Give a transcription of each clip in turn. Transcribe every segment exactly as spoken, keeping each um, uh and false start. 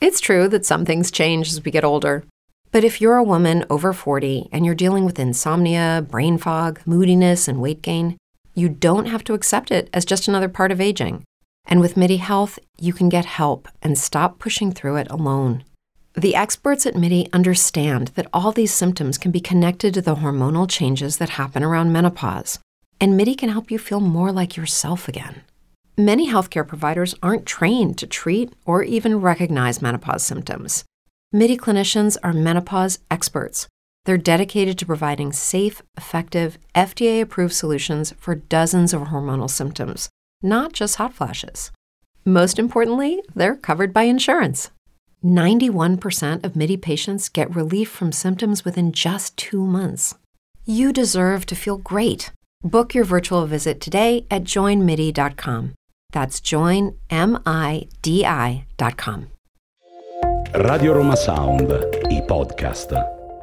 It's true that some things change as we get older. But if you're a woman over forty and you're dealing with insomnia, brain fog, moodiness, and weight gain, you don't have to accept it as just another part of aging. And with MIDI Health, you can get help and stop pushing through it alone. The experts at MIDI understand that all these symptoms can be connected to the hormonal changes that happen around menopause, and MIDI can help you feel more like yourself again. Many healthcare providers aren't trained to treat or even recognize menopause symptoms. MIDI clinicians are menopause experts. They're dedicated to providing safe, effective, F D A-approved solutions for dozens of hormonal symptoms, not just hot flashes. Most importantly, they're covered by insurance. ninety-one percent of MIDI patients get relief from symptoms within just two months. You deserve to feel great. Book your virtual visit today at join midi dot com. That's join midi dot com. Radio Roma Sound, i podcast.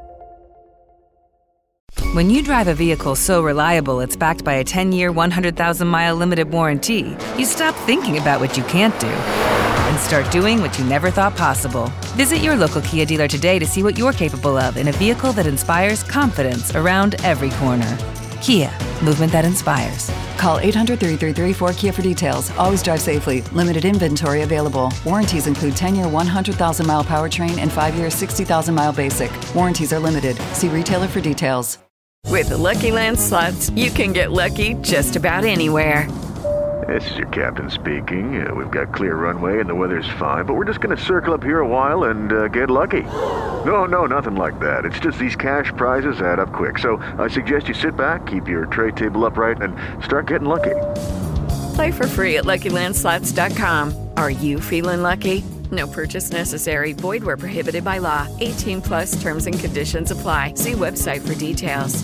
When you drive a vehicle so reliable it's backed by a ten-year, one hundred thousand mile limited warranty, you stop thinking about what you can't do and start doing what you never thought possible. Visit your local Kia dealer today to see what you're capable of in a vehicle that inspires confidence around every corner. Kia, movement that inspires. Call eight hundred, three three three, four Kia for details. Always drive safely. Limited inventory available. Warranties include ten-year, one hundred thousand mile powertrain and five-year, sixty thousand mile basic. Warranties are limited. See retailer for details. With the Lucky Land Slots, you can get lucky just about anywhere. This is your captain speaking. Uh, we've got clear runway and the weather's fine, but we're just going to circle up here a while and uh, get lucky. No, no, nothing like that. It's just these cash prizes add up quick. So I suggest you sit back, keep your tray table upright, and start getting lucky. Play for free at lucky land slots dot com. Are you feeling lucky? No purchase necessary. Void where prohibited by law. eighteen plus terms and conditions apply. See website for details.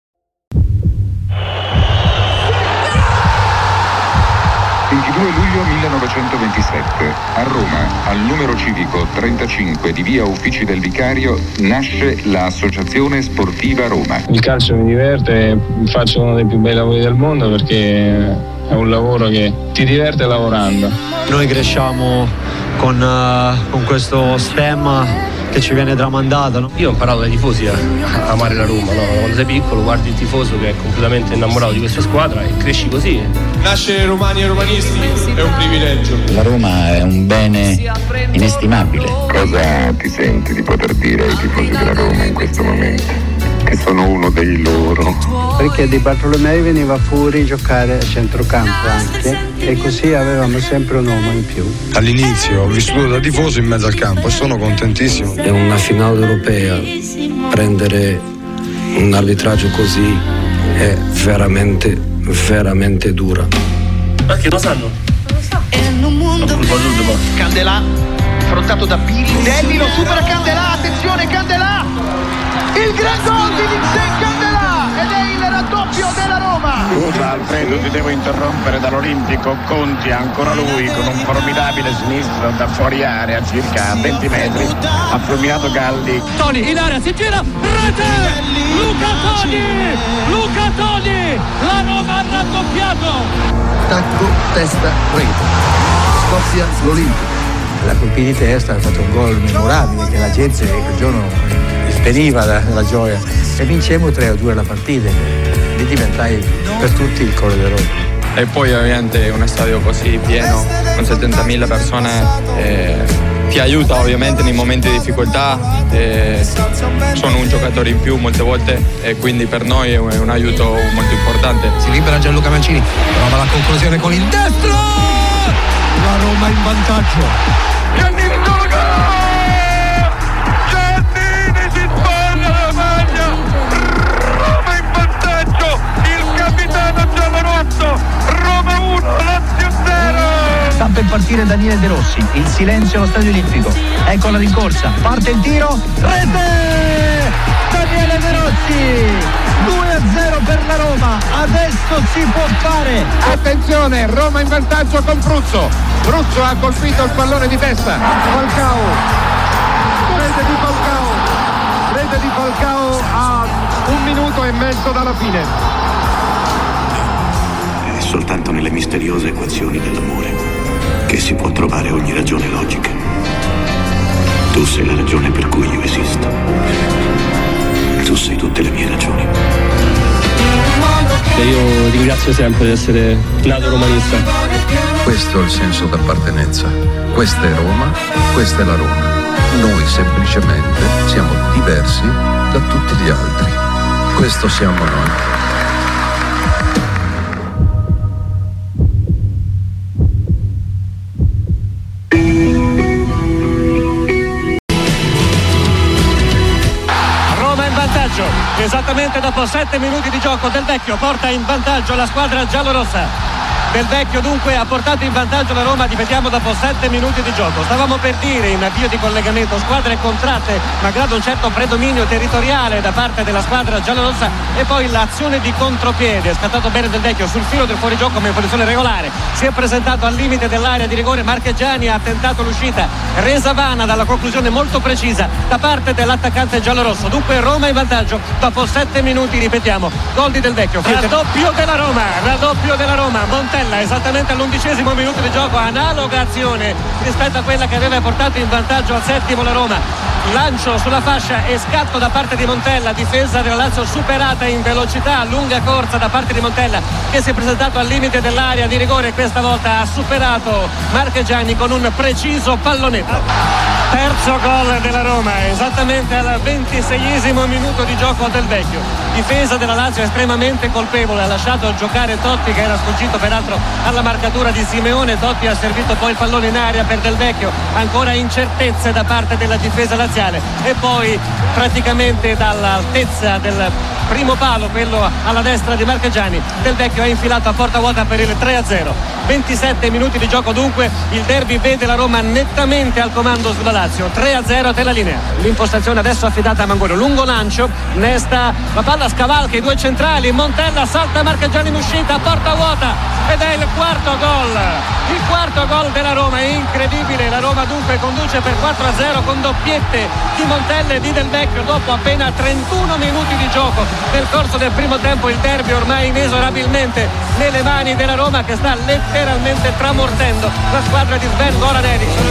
ventidue luglio millenovecentoventisette, a Roma, al numero civico trentacinque di via Uffici del Vicario, nasce l'Associazione Sportiva Roma. Il calcio mi diverte, faccio uno dei più bei lavori del mondo perché è un lavoro che ti diverte lavorando. Noi cresciamo con, uh, con questo stemma che ci viene tramandato, no? Io ho imparato dai tifosi a amare la Roma, no? Quando sei piccolo guardi il tifoso che è completamente innamorato di questa squadra e cresci così. Nascere romani e romanisti è un privilegio. La Roma è un bene inestimabile. Cosa ti senti di poter dire ai tifosi della Roma in questo momento? Che sono uno dei loro. Perché Di Bartolomei veniva fuori a giocare a centrocampo anche e così avevamo sempre un uomo in più. All'inizio ho vissuto da tifoso in mezzo al campo e sono contentissimo. È una finale europea, prendere un arbitraggio così è veramente, veramente dura. Perché lo sanno? Non lo so. In un mondo Candelà, affrontato da Pirindelli, lo supera Candelà, attenzione Candelà! Il gran gol di Vincent Candelà ed è il raddoppio della Roma. Scusa Alfredo, ti devo interrompere dall'Olimpico. Conti, ancora lui con un formidabile sinistro da fuori area, circa venti metri, ha fulminato Galli. Toni in area, si gira, rete! Luca Toni! Luca Toni! La Roma ha raddoppiato! Tacco, testa, rete. Scoppia l'Olimpico. La colpì di testa, ha fatto un gol memorabile che la gente quel giorno veniva dalla gioia e vincemmo tre a due la partita e diventai per tutti il cuore dell'Europa. E poi ovviamente uno stadio così pieno con settantamila persone eh, ti aiuta ovviamente nei momenti di difficoltà, eh, sono un giocatore in più molte volte e quindi per noi è un, è un aiuto molto importante. Si libera Gianluca Mancini, prova la conclusione con il destro, la Roma in vantaggio. Giannini solo gol! Giannini si spalla la maglia! Roma in vantaggio! Il capitano giallorosso! Roma uno, Lazio zero! Sta per partire Daniele De Rossi, il silenzio allo Stadio Olimpico. Ecco la rincorsa, parte il tiro, rete! Daniele De Rossi! due a zero per la Roma, adesso si può fare! Attenzione, Roma in vantaggio con Fruzzo! Fruzzo ha colpito il pallone di testa! Falcao! Rete di Falcao! Rete di Falcao a un minuto e mezzo dalla fine! È soltanto nelle misteriose equazioni dell'amore che si può trovare ogni ragione logica. Tu sei la ragione per cui io esisto. Tu sei tutte le mie ragioni. E io ringrazio sempre di essere nato romanista. Questo è il senso d'appartenenza. Questa è Roma, questa è la Roma. Noi semplicemente siamo diversi da tutti gli altri. Questo siamo noi. Esattamente dopo sette minuti di gioco Del Vecchio porta in vantaggio la squadra giallorossa. Del Vecchio dunque ha portato in vantaggio la Roma, ripetiamo, dopo sette minuti di gioco. Stavamo per dire in avvio di collegamento, squadre contratte malgrado un certo predominio territoriale da parte della squadra giallorossa, e poi l'azione di contropiede. È scattato bene Del Vecchio sul filo del fuorigioco ma in posizione regolare, si è presentato al limite dell'area di rigore. Marchegiani ha tentato l'uscita resa vana dalla conclusione molto precisa da parte dell'attaccante giallorosso. Dunque Roma in vantaggio dopo sette minuti, ripetiamo, gol di Del Vecchio, raddoppio della Roma, raddoppio della Roma. Montella esattamente all'undicesimo minuto di gioco, analoga azione rispetto a quella che aveva portato in vantaggio al settimo la Roma. Lancio sulla fascia e scatto da parte di Montella, difesa della Lazio superata in velocità, lunga corsa da parte di Montella che si è presentato al limite dell'area di rigore e questa volta ha superato Marchegiani con un preciso pallonetto. Terzo gol della Roma, esattamente al ventiseiesimo minuto di gioco Del Vecchio. Difesa della Lazio estremamente colpevole, ha lasciato giocare Totti che era sfuggito peraltro alla marcatura di Simeone. Totti ha servito poi il pallone in aria per Del Vecchio, ancora incertezze da parte della difesa laziale e poi praticamente dall'altezza del primo palo, quello alla destra di Marchegiani, Del Vecchio ha infilato a porta vuota per il tre a zero. ventisette minuti di gioco dunque, il derby vede la Roma nettamente al comando sulla Lazio. Tre a zero te la linea, l'impostazione adesso affidata a Mangolo, lungo lancio, Nesta, la palla scavalca i due centrali, Montella salta Marchegiani in uscita a porta vuota ed è il quarto gol, il quarto gol della Roma. È incredibile, la Roma dunque conduce per quattro a zero con doppiette di Montella e di Del Vecchio dopo appena trentuno minuti di gioco. Nel corso del primo tempo il derby ormai inesorabilmente nelle mani della Roma che sta letteralmente tramortendo la squadra di Sven Goran Eriksson.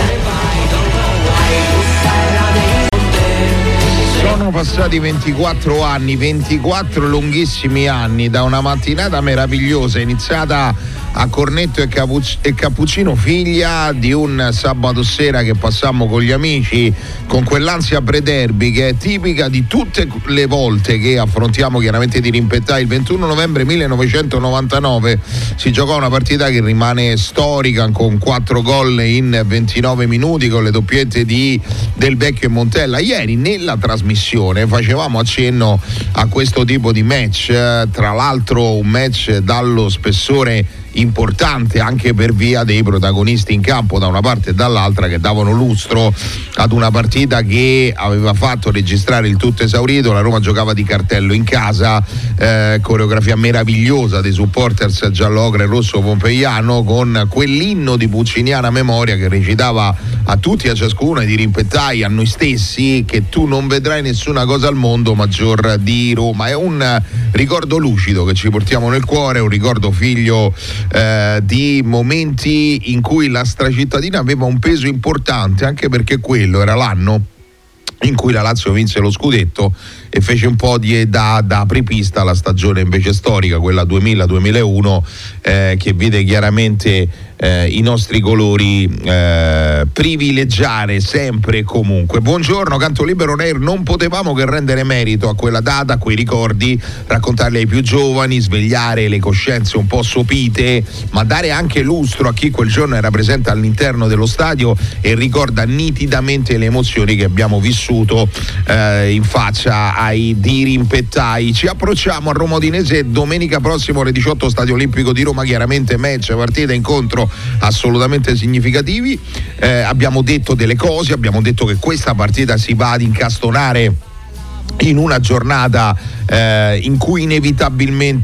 Sono passati ventiquattro anni, ventiquattro lunghissimi anni da una mattinata meravigliosa iniziata a Cornetto e, Capuc- e Cappuccino, figlia di un sabato sera che passammo con gli amici con quell'ansia pre-derby che è tipica di tutte le volte che affrontiamo chiaramente di rimpettai. Il ventuno novembre millenovecentonovantanove si giocò una partita che rimane storica con quattro gol in ventinove minuti con le doppiette di Del Vecchio e Montella. Ieri nella trasmissione facevamo accenno a questo tipo di match, tra l'altro un match dallo spessore importante anche per via dei protagonisti in campo da una parte e dall'altra che davano lustro ad una partita che aveva fatto registrare il tutto esaurito. La Roma giocava di cartello in casa, eh, coreografia meravigliosa dei supporters giallocre e rosso pompeiano con quell'inno di pucciniana memoria che recitava a tutti e a ciascuno, ai dirimpettai, a noi stessi, che tu non vedrai nessuna cosa al mondo maggior di Roma. È un ricordo lucido che ci portiamo nel cuore, un ricordo figlio Eh, di momenti in cui la stracittadina aveva un peso importante, anche perché quello era l'anno in cui la Lazio vinse lo scudetto e fece un po' di da, da apripista alla stagione invece storica, quella duemila duemilauno, eh, che vide chiaramente eh, i nostri colori eh, privilegiare sempre e comunque. Buongiorno, Canto Libero On Air. Non potevamo che rendere merito a quella data, a quei ricordi, raccontarli ai più giovani, svegliare le coscienze un po' sopite, ma dare anche lustro a chi quel giorno era presente all'interno dello stadio e ricorda nitidamente le emozioni che abbiamo vissuto eh, in faccia ai dirimpettai. Ci approcciamo a Roma Udinese domenica prossima ore diciotto, Stadio Olimpico di Roma, chiaramente match, partita, incontro assolutamente significativi. Eh, abbiamo detto delle cose, abbiamo detto che questa partita si va ad incastonare in una giornata eh, in cui inevitabilmente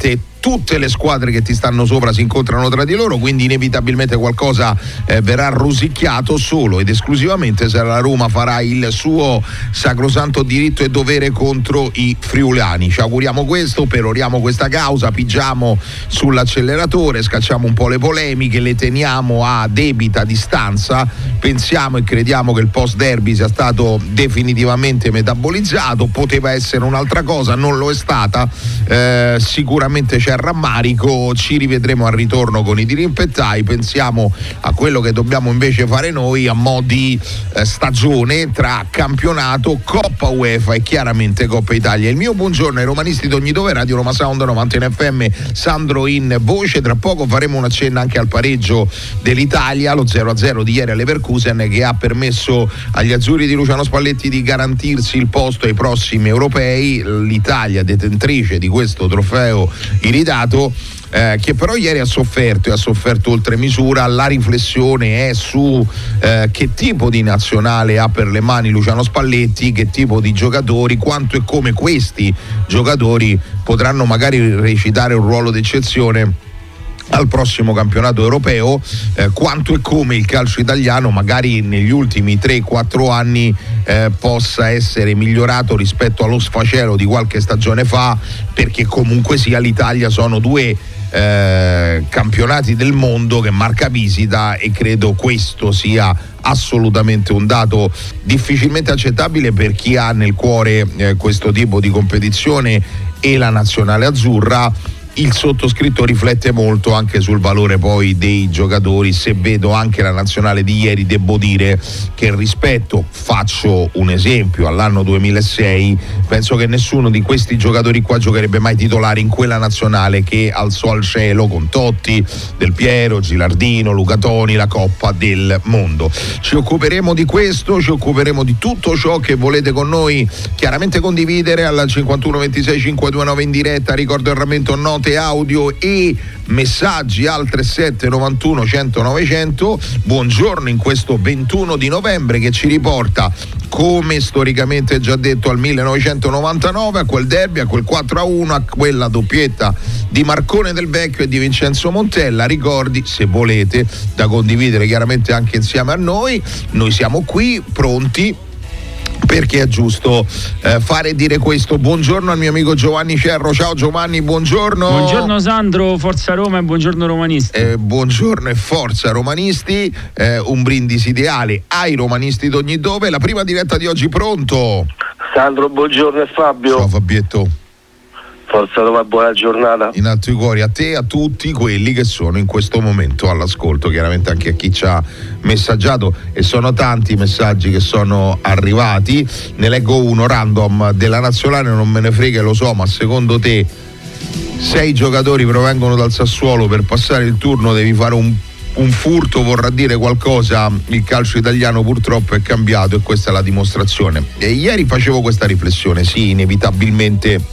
tutte le squadre che ti stanno sopra si incontrano tra di loro, quindi inevitabilmente qualcosa eh, verrà rosicchiato solo ed esclusivamente se la Roma farà il suo sacrosanto diritto e dovere contro i friulani. Ci auguriamo questo, peroriamo questa causa, pigiamo sull'acceleratore, scacciamo un po' le polemiche, le teniamo a debita distanza, pensiamo e crediamo che il post derby sia stato definitivamente metabolizzato, poteva essere un'altra cosa, non lo è stata, eh, sicuramente c'è rammarico, ci rivedremo al ritorno con i dirimpettai, pensiamo a quello che dobbiamo invece fare noi a mo' di eh, stagione tra campionato, Coppa UEFA e chiaramente Coppa Italia. Il mio buongiorno ai romanisti di ogni dove, Radio Roma Sound novanta in F M, Sandro in voce, tra poco faremo una cenna anche al pareggio dell'Italia, lo zero a zero di ieri a Leverkusen che ha permesso agli azzurri di Luciano Spalletti di garantirsi il posto ai prossimi europei, l'Italia detentrice di questo trofeo iridato, eh, che però ieri ha sofferto e ha sofferto oltre misura. La riflessione è su eh, che tipo di nazionale ha per le mani Luciano Spalletti, che tipo di giocatori, quanto e come questi giocatori potranno magari recitare un ruolo d'eccezione al prossimo campionato europeo, eh, quanto e come il calcio italiano magari negli ultimi tre quattro anni eh, possa essere migliorato rispetto allo sfacelo di qualche stagione fa, perché comunque sia l'Italia sono due eh, campionati del mondo che marca visita e credo questo sia assolutamente un dato difficilmente accettabile per chi ha nel cuore eh, questo tipo di competizione e la nazionale azzurra. Il sottoscritto riflette molto anche sul valore poi dei giocatori. Se vedo anche la nazionale di ieri, devo dire che rispetto, faccio un esempio, all'anno duemilasei, penso che nessuno di questi giocatori qua giocherebbe mai titolare in quella nazionale che alzò al cielo con Totti, Del Piero, Gilardino, Luca Toni la Coppa del Mondo. Ci occuperemo di questo, ci occuperemo di tutto ciò che volete con noi chiaramente condividere al cinquantuno ventisei cinquecentonovantanove in diretta. Ricordo il rammento note audio e messaggi al trentasette novantuno cento novecento. Buongiorno in questo ventuno di novembre che ci riporta, come storicamente già detto, al millenovecentonovantanove, a quel derby, a quel quattro a uno, a quella doppietta di Marcone Del Vecchio e di Vincenzo Montella. Ricordi, se volete, da condividere chiaramente anche insieme a noi. Noi siamo qui pronti, perché è giusto eh, fare e dire questo. Buongiorno al mio amico Giovanni Cerro. Ciao Giovanni, buongiorno. Buongiorno Sandro, forza Roma e buongiorno romanisti. Eh, buongiorno e forza romanisti, eh, un brindisi ideale ai romanisti d'ogni dove. La prima diretta di oggi, pronto? Sandro, buongiorno e Fabio. Ciao Fabietto. Forza Roma, buona giornata. In alto i cuori a te e a tutti quelli che sono in questo momento all'ascolto, chiaramente anche a chi ci ha messaggiato, e sono tanti i messaggi che sono arrivati. Ne leggo uno random della nazionale, non me ne frega, lo so, ma secondo te sei giocatori provengono dal Sassuolo, per passare il turno devi fare un un furto, vorrà dire qualcosa? Il calcio italiano purtroppo è cambiato e questa è la dimostrazione. E ieri facevo questa riflessione, sì, inevitabilmente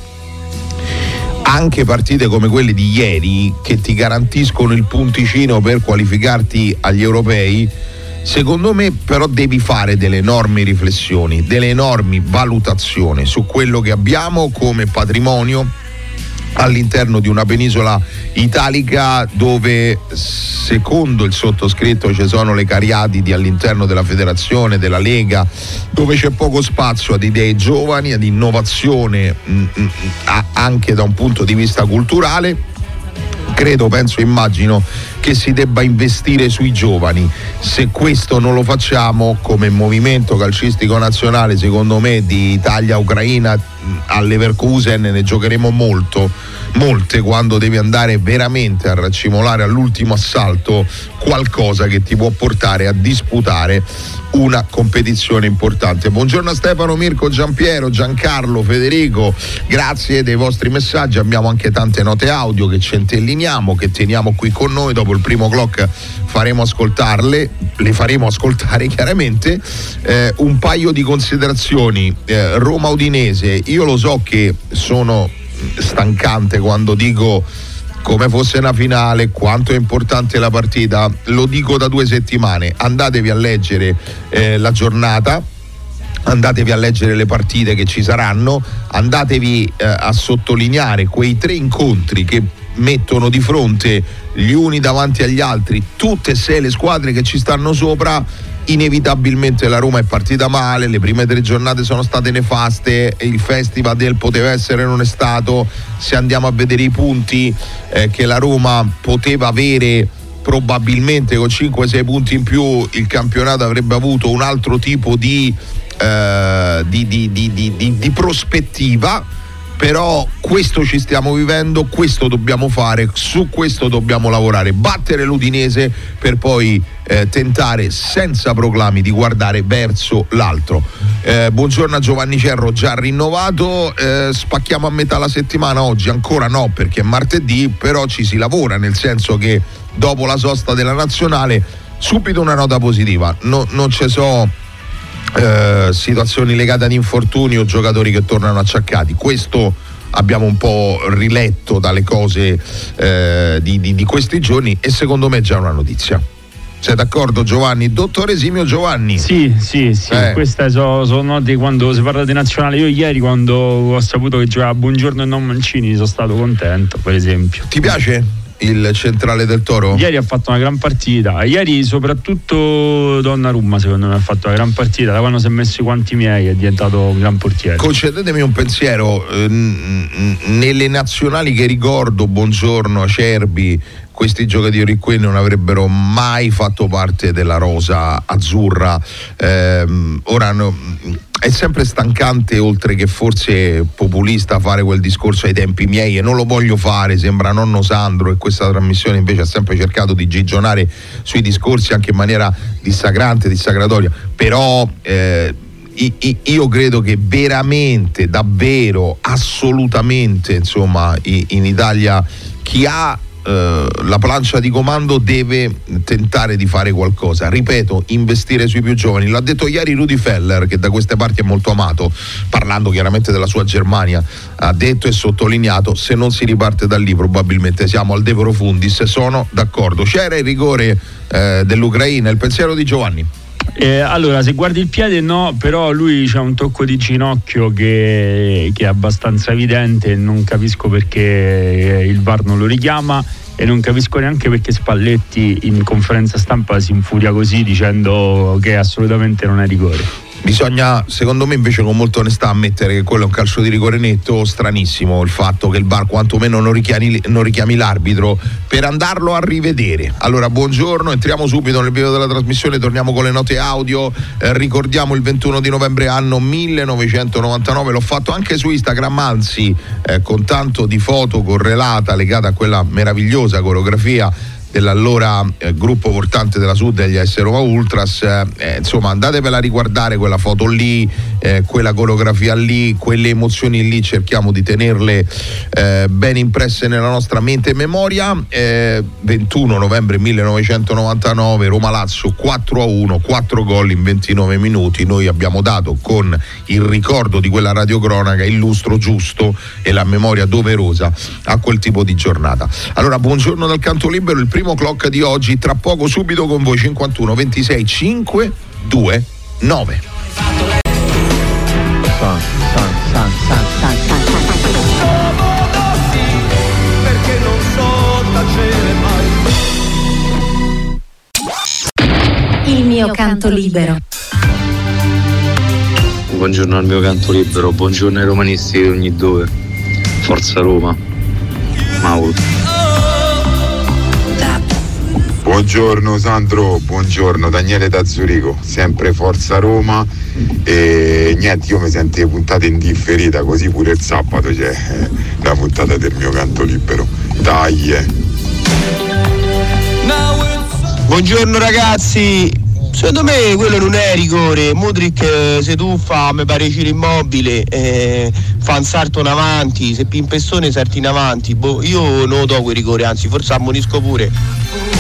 anche partite come quelle di ieri che ti garantiscono il punticino per qualificarti agli europei, secondo me però devi fare delle enormi riflessioni, delle enormi valutazioni su quello che abbiamo come patrimonio all'interno di una penisola italica dove, secondo il sottoscritto, ci sono le cariatidi all'interno della federazione, della Lega, dove c'è poco spazio ad idee giovani, ad innovazione mh, mh, anche da un punto di vista culturale. Credo, penso, immagino che si debba investire sui giovani. Se questo non lo facciamo come movimento calcistico nazionale, secondo me di Italia-Ucraina a Leverkusen ne giocheremo molto, molte, quando devi andare veramente a raccimolare all'ultimo assalto qualcosa che ti può portare a disputare una competizione importante. Buongiorno a Stefano, Mirko, Giampiero, Giancarlo, Federico, grazie dei vostri messaggi. Abbiamo anche tante note audio che centelliniamo, che teniamo qui con noi. Dopo il primo clock faremo ascoltarle, le faremo ascoltare chiaramente. Eh, un paio di considerazioni. eh, Roma-Udinese, io lo so che sono stancante quando dico come fosse una finale, quanto è importante la partita, lo dico da due settimane. Andatevi a leggere eh, la giornata, andatevi a leggere le partite che ci saranno, andatevi eh, a sottolineare quei tre incontri che mettono di fronte gli uni davanti agli altri tutte e sei le squadre che ci stanno sopra, inevitabilmente la Roma è partita male, le prime tre giornate sono state nefaste, il festival del poteva essere non è stato. Se andiamo a vedere i punti eh, che la Roma poteva avere, probabilmente con cinque sei punti in più il campionato avrebbe avuto un altro tipo di, eh, di, di, di, di, di, di prospettiva. Però questo ci stiamo vivendo, questo dobbiamo fare, su questo dobbiamo lavorare, battere l'Udinese per poi eh, tentare senza proclami di guardare verso l'altro. Eh, buongiorno a Giovanni Cerro, già rinnovato, eh, spacchiamo a metà la settimana oggi, ancora no perché è martedì, però ci si lavora, nel senso che dopo la sosta della nazionale subito una nota positiva, no, non ci so Eh, situazioni legate ad infortuni o giocatori che tornano acciaccati. Questo abbiamo un po' riletto dalle cose eh, di, di, di questi giorni e secondo me è già una notizia. Sei d'accordo Giovanni? Dottor Esimio Giovanni? Sì, sì, sì, eh. queste sono so note quando si parla di nazionale. Io ieri quando ho saputo che giocava Buongiorno e non Mancini sono stato contento, per esempio. Ti piace il centrale del Toro? Ieri ha fatto una gran partita, ieri soprattutto Donnarumma secondo me ha fatto una gran partita, da quando si è messo i guanti miei è diventato un gran portiere. Concedetemi un pensiero, eh, nelle nazionali che ricordo, Buongiorno, Acerbi, questi giocatori qui non avrebbero mai fatto parte della rosa azzurra. Eh, ora no, è sempre stancante, oltre che forse populista, fare quel discorso ai tempi miei, e non lo voglio fare, sembra nonno Sandro, e questa trasmissione invece ha sempre cercato di gigionare sui discorsi anche in maniera dissacrante, dissacratoria, però eh, io credo che veramente, davvero, assolutamente, insomma, in Italia chi ha Uh, la plancia di comando deve tentare di fare qualcosa, ripeto, investire sui più giovani. L'ha detto ieri Rudi Feller, che da queste parti è molto amato, parlando chiaramente della sua Germania, ha detto e sottolineato: se non si riparte da lì probabilmente siamo al de profundis. Sono d'accordo. C'era il rigore eh, dell'Ucraina, il pensiero di Giovanni? Eh, allora, se guardi il piede no, però lui c'ha un tocco di ginocchio che, che è abbastanza evidente, non capisco perché il V A R non lo richiama e non capisco neanche perché Spalletti in conferenza stampa si infuria così dicendo che assolutamente non è rigore. Bisogna, secondo me, invece, con molta onestà ammettere che quello è un calcio di rigore netto. Stranissimo il fatto che il V A R quantomeno non richiami, non richiami l'arbitro per andarlo a rivedere. Allora, buongiorno, entriamo subito nel video della trasmissione, torniamo con le note audio. Eh, ricordiamo il ventuno di novembre anno millenovecentonovantanove, l'ho fatto anche su Instagram, anzi eh, con tanto di foto correlata legata a quella meravigliosa coreografia dell'allora eh, gruppo portante della Sud degli A S Roma Ultras. Eh, insomma, andatevela a riguardare quella foto lì, eh, quella coreografia lì, quelle emozioni lì, cerchiamo di tenerle eh, ben impresse nella nostra mente e memoria. eh, ventuno novembre millenovecentonovantanove, Roma-Lazio quattro a uno, quattro gol in ventinove minuti. Noi abbiamo dato con il ricordo di quella radiocronaca il lustro giusto e la memoria doverosa a quel tipo di giornata. Allora, buongiorno dal canto libero, il primo clock di oggi, tra poco subito con voi. Cinquantuno ventisei cinque due nove. San, san, san, san, san, san, perché non so tacere mai. Il mio canto libero. Buongiorno al mio canto libero, buongiorno ai romanisti di ogni dove. Forza Roma. Mauro. Buongiorno Sandro, buongiorno Daniele da Zurigo, sempre Forza Roma. E niente, io mi sento puntata indifferita, così pure il sabato c'è la puntata del mio canto libero. Dai. Eh. Buongiorno ragazzi, secondo me quello non è rigore. Modric se tuffa, mi pare Ciro Immobile, eh, fa un salto in avanti, se pimpestone salti in avanti. Boh, io non lo do quel rigore, anzi forse ammonisco pure.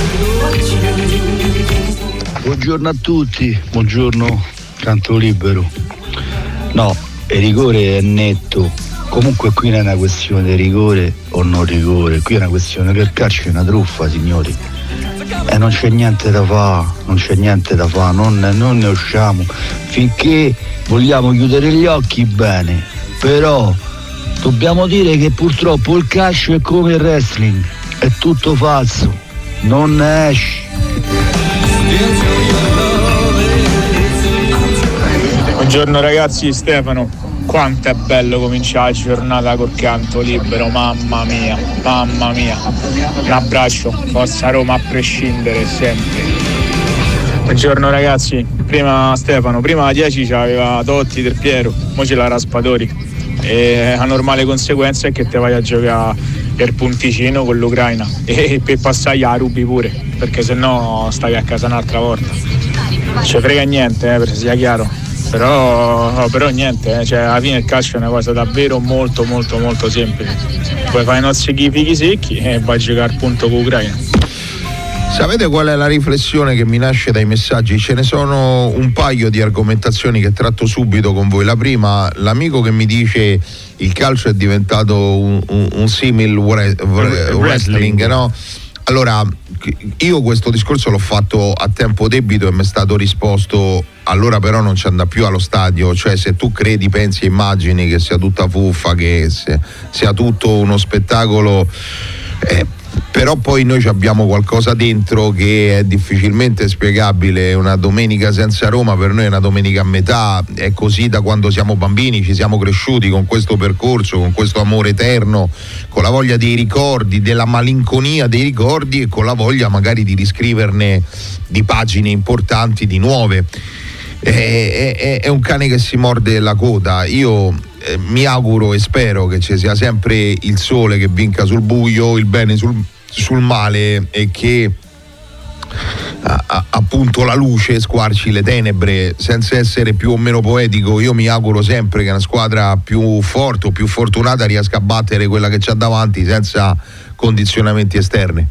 Buongiorno a tutti, buongiorno canto libero. No, il rigore è netto. Comunque qui non è una questione di rigore o non rigore, qui è una questione che il calcio è una truffa, signori. E non c'è niente da fare, non c'è niente da fare, non, non ne usciamo. Finché vogliamo chiudere gli occhi, bene, però Dobbiamo dire che purtroppo il calcio è come il wrestling, è tutto falso, non ne esci. Buongiorno ragazzi, Stefano. Quanto è bello cominciare la giornata col canto libero, mamma mia, mamma mia. Un abbraccio, forza Roma a prescindere sempre. Buongiorno ragazzi, prima Stefano, prima la dieci c'aveva Totti, Del Piero, ora c'è la Raspadori. E la normale conseguenza è che te vai a giocare per punticino con l'Ucraina e per passare la rubi pure, perché sennò stai a casa un'altra volta. Non ci frega niente, eh, per sia chiaro. Però, però niente, eh, cioè alla fine il calcio è una cosa davvero molto molto molto semplice. Puoi fare i nostri fichi secchi e vai a giocare appunto con l'Ucraina. Sapete qual è la riflessione che mi nasce dai messaggi? Ce ne sono un paio di argomentazioni che tratto subito con voi. La prima, l'amico che mi dice il calcio è diventato un, un, un simil wrestling, wrestling, no? Allora, io questo discorso l'ho fatto a tempo debito e mi è stato risposto: allora però non ci anda più allo stadio. Cioè, se tu credi, pensi e immagini che sia tutta fuffa, che sia tutto uno spettacolo, eh, però poi noi abbiamo qualcosa dentro che è difficilmente spiegabile. Una domenica senza Roma per noi è una domenica a metà. È così da quando siamo bambini, ci siamo cresciuti con questo percorso, con questo amore eterno, con la voglia dei ricordi, della malinconia dei ricordi e con la voglia magari di riscriverne di pagine importanti, di nuove. È, è, è un cane che si morde la coda. Io eh, mi auguro e spero che ci sia sempre il sole che vinca sul buio, il bene sul, sul male, e che a, a, appunto la luce squarci le tenebre. Senza essere più o meno poetico, io mi auguro sempre che una squadra più forte o più fortunata riesca a battere quella che c'ha davanti senza condizionamenti esterni.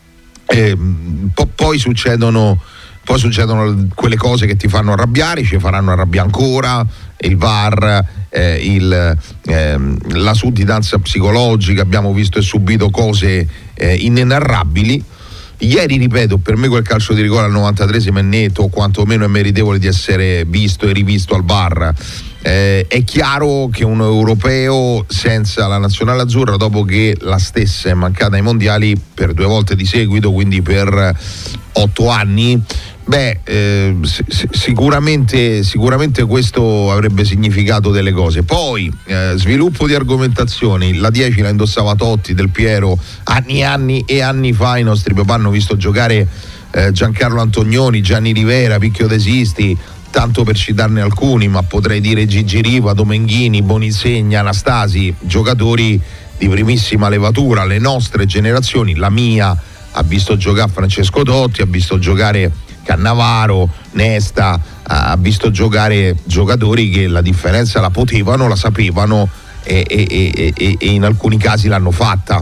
E, po- poi succedono Poi succedono quelle cose che ti fanno arrabbiare, ci faranno arrabbiare ancora, il V A R, eh, il, eh, la sudditanza psicologica, abbiamo visto e subito cose eh, inenarrabili. Ieri, ripeto, per me quel calcio di rigore al novantatreesimo è netto, o quantomeno è meritevole di essere visto e rivisto al V A R. Eh, è chiaro che un europeo senza la nazionale azzurra, dopo che la stessa è mancata ai mondiali per due volte di seguito, quindi per otto anni, beh, eh, sicuramente, sicuramente questo avrebbe significato delle cose. Poi eh, sviluppo di argomentazioni, la dieci la indossava Totti, Del Piero, anni e anni e anni fa i nostri papà hanno visto giocare eh, Giancarlo Antonioni, Gianni Rivera, Picchio De Sisti, tanto per citarne alcuni, ma potrei dire Gigi Riva, Domenghini, Bonisegna, Anastasi, giocatori di primissima levatura. Le nostre generazioni, la mia, ha visto giocare Francesco Totti, ha visto giocare Cannavaro, Nesta, ha visto giocare giocatori che la differenza la potevano, la sapevano e, e, e, e, e in alcuni casi l'hanno fatta.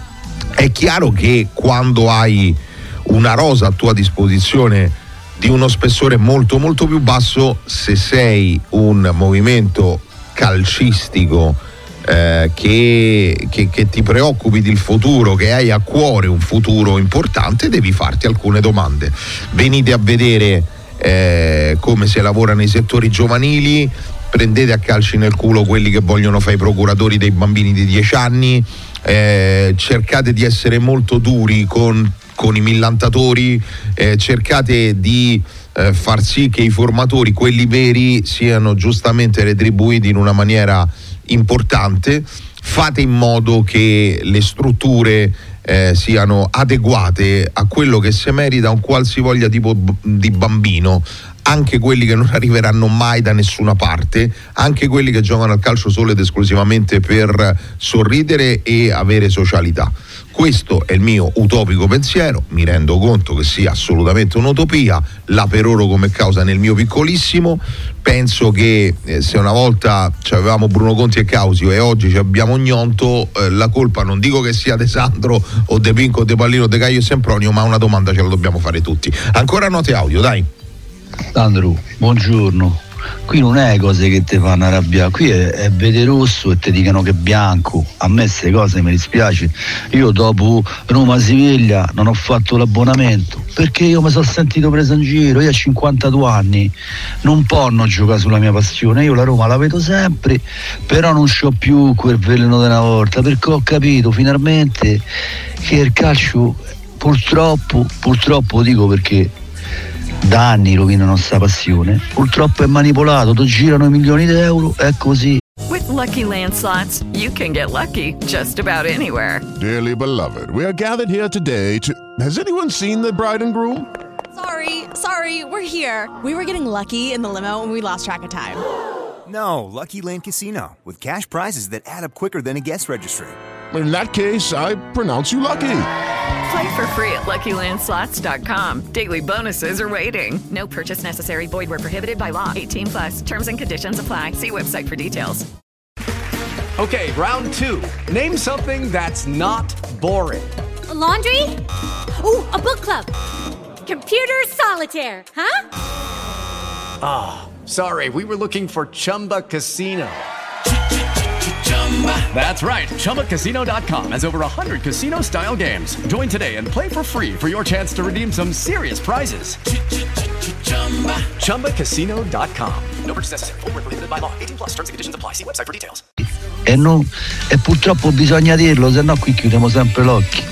È chiaro che quando hai una rosa a tua disposizione di uno spessore molto molto più basso, se sei un movimento calcistico eh, che, che, che ti preoccupi del futuro, che hai a cuore un futuro importante, devi farti alcune domande. Venite a vedere eh, come si lavora nei settori giovanili, prendete a calci nel culo quelli che vogliono fare i procuratori dei bambini di dieci anni, eh, cercate di essere molto duri con con i millantatori, eh, cercate di eh, far sì che i formatori, quelli veri, siano giustamente retribuiti in una maniera importante. Fate in modo che le strutture eh, siano adeguate a quello che si merita un qualsivoglia tipo di bambino, anche quelli che non arriveranno mai da nessuna parte, anche quelli che giocano al calcio solo ed esclusivamente per sorridere e avere socialità. Questo è il mio utopico pensiero, mi rendo conto che sia assolutamente un'utopia, la peroro come causa nel mio piccolissimo. Penso che eh, se una volta avevamo Bruno Conti e Causio e oggi abbiamo Gnonto, eh, la colpa non dico che sia De Sandro o De Pinco o De Pallino o De Caio e Sempronio, ma una domanda ce la dobbiamo fare tutti. Ancora note audio, dai. Sandro, buongiorno. qui non è cose che ti fanno arrabbiare, qui è, è vede rosso e ti dicono che è bianco. A me queste cose mi dispiace. Io dopo Roma-Siviglia non ho fatto l'abbonamento perché io mi sono sentito preso in giro. Io ho cinquantadue anni, non può non giocare sulla mia passione. Io la Roma la vedo sempre, però non c'ho più quel veleno della volta, perché ho capito finalmente che il calcio purtroppo, purtroppo dico perché da anni rovinano sta passione, purtroppo è manipolato, ti girano milioni di euro, è così. With Lucky Land Slots, you can get lucky just about anywhere. Dearly beloved, we are gathered here today to... Has anyone seen the bride and groom? Sorry, sorry, we're here. We were getting lucky in the limo and we lost track of time. No, Lucky Land Casino, with cash prizes that add up quicker than a guest registry. In that case, I pronounce you lucky. Play for free at Lucky Land Slots dot com. Daily bonuses are waiting. No purchase necessary. Void where prohibited by law. eighteen plus. Terms and conditions apply. See website for details. Okay, round two. Name something that's not boring. A laundry? Ooh, a book club. Computer solitaire, huh? Ah, oh, sorry. We were looking for Chumba Casino. That's right. Chumba Casino dot com has over one hundred casino-style games. Join today and play for free for your chance to redeem some serious prizes. Chumba Casino dot com. No purchase necessary. Void where prohibited by law. eighteen plus. Terms and conditions apply. See website for details. E, non, e purtroppo bisogna dirlo, se no qui chiudiamo sempre l'occhio.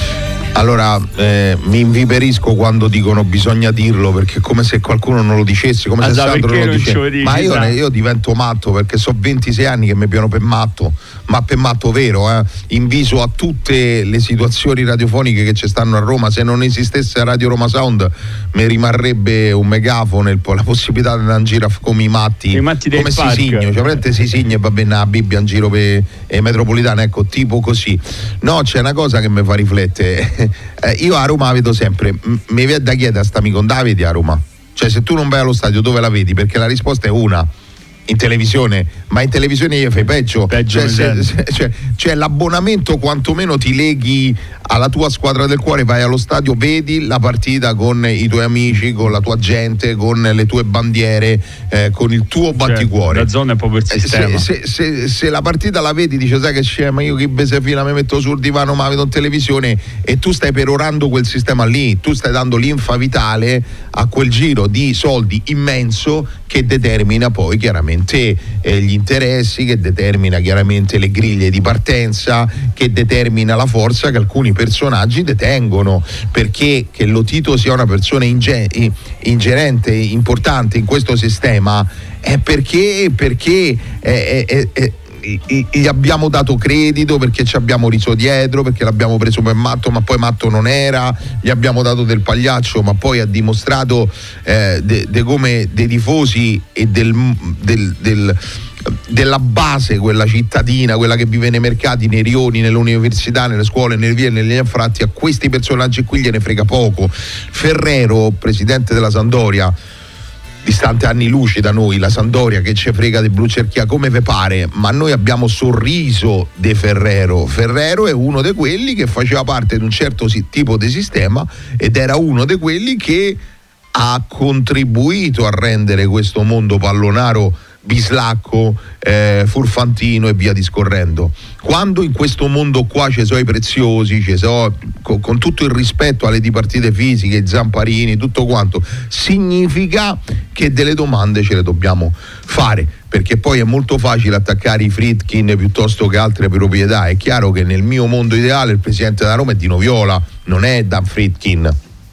Allora, eh, mi inviperisco quando dicono bisogna dirlo, perché è come se qualcuno non lo dicesse, come se Sandro non lo dicesse. Ma io, io divento matto perché so ventisei anni che mi piano per matto, ma per matto vero, eh. Inviso a tutte le situazioni radiofoniche che ci stanno a Roma. Se non esistesse Radio Roma Sound mi rimarrebbe un megafono e la possibilità di andare in giro come i matti, I matti come Sisigno, cioè praticamente Sisigno e va bene la Bibbia in giro per le metropolitane, ecco, tipo così. No, c'è una cosa che mi fa riflettere. Eh, io a Roma la vedo sempre, M- mi viene da chiedere a st'amico Davide a Roma, cioè se tu non vai allo stadio dove la vedi? Perché la risposta è una, in televisione, ma in televisione io fai peggio, peggio cioè, se, se, cioè, cioè l'abbonamento quantomeno ti leghi alla tua squadra del cuore, vai allo stadio, vedi la partita con i tuoi amici, con la tua gente, con le tue bandiere, eh, con il tuo batticuore. Cioè, la zona è proprio il sistema. Se, se, se, se la partita la vedi, dice sai che c'è, ma io che besefila mi metto sul divano, ma la vedo in televisione, e tu stai perorando quel sistema lì, tu stai dando linfa vitale a quel giro di soldi immenso che determina poi chiaramente eh, gli interessi, che determina chiaramente le griglie di partenza, che determina la forza che alcuni personaggi detengono, perché che Lotito sia una persona inge- ingerente, importante in questo sistema è perché, perché è, è, è, gli abbiamo dato credito, perché ci abbiamo riso dietro, perché l'abbiamo preso per matto ma poi matto non era, gli abbiamo dato del pagliaccio ma poi ha dimostrato eh, de, de come dei tifosi e del, del, del della base, quella cittadina, quella che vive nei mercati, nei rioni, nelle università, nelle scuole, nelle vie, negli anfratti, a questi personaggi qui gliene frega poco. Ferrero, presidente della Sampdoria, distante anni luce da noi, la Sampdoria che ci frega del blu cerchia come ve pare, ma noi abbiamo sorriso de Ferrero. Ferrero è uno di quelli che faceva parte di un certo tipo di sistema ed era uno di quelli che ha contribuito a rendere questo mondo pallonaro bislacco, eh, furfantino e via discorrendo. Quando in questo mondo qua ci sono i preziosi, ci sono, con, con tutto il rispetto alle dipartite fisiche, i Zamparini, tutto quanto, significa che delle domande ce le dobbiamo fare, perché poi è molto facile attaccare i Friedkin piuttosto che altre proprietà. È chiaro che nel mio mondo ideale il presidente della Roma è Dino Viola, non è Dan Friedkin.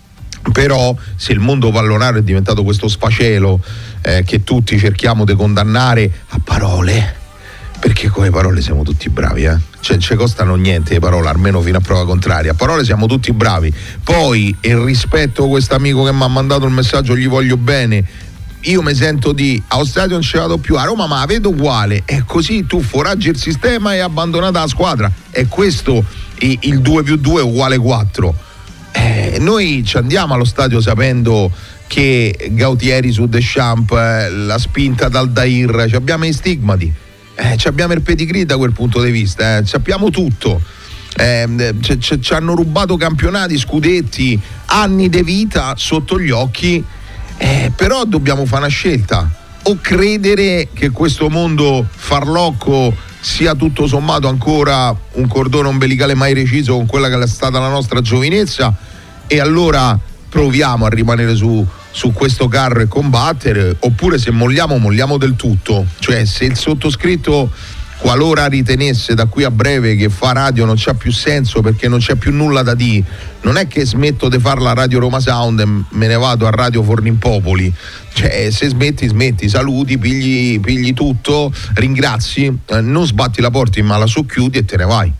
Però se il mondo pallonaro è diventato questo sfacelo eh, che tutti cerchiamo di condannare a parole, perché con le parole siamo tutti bravi, eh? Cioè non ci costano niente le parole, almeno fino a prova contraria. A parole siamo tutti bravi. Poi il rispetto a questo amico che mi ha mandato il messaggio, gli voglio bene. Io mi sento di allo stadio non ce la vado più, a Roma ma la vedo uguale, e così tu foraggi il sistema e abbandonata la squadra. E questo il due più due è uguale quattro. Eh, noi ci andiamo allo stadio sapendo che Gautieri su Deschamps, eh, la spinta dal Dair, ci abbiamo i stigmati, eh, ci abbiamo il pedigree da quel punto di vista, eh, sappiamo tutto, eh, ci, ci, ci hanno rubato campionati, scudetti, anni di vita sotto gli occhi, eh, però dobbiamo fare una scelta. o credere che questo mondo farlocco sia tutto sommato ancora un cordone ombelicale mai reciso con quella che è stata la nostra giovinezza, e allora proviamo a rimanere su, su questo carro e combattere, oppure se molliamo molliamo del tutto. Cioè, se il sottoscritto, qualora ritenesse da qui a breve che fa radio non c'ha più senso perché non c'è più nulla da dire, non è che smetto di fare la Radio Roma Sound e me ne vado a Radio Fornimpopoli. Cioè, se smetti smetti, saluti, pigli, pigli tutto, ringrazi, eh, non sbatti la porta ma la socchiudi e te ne vai,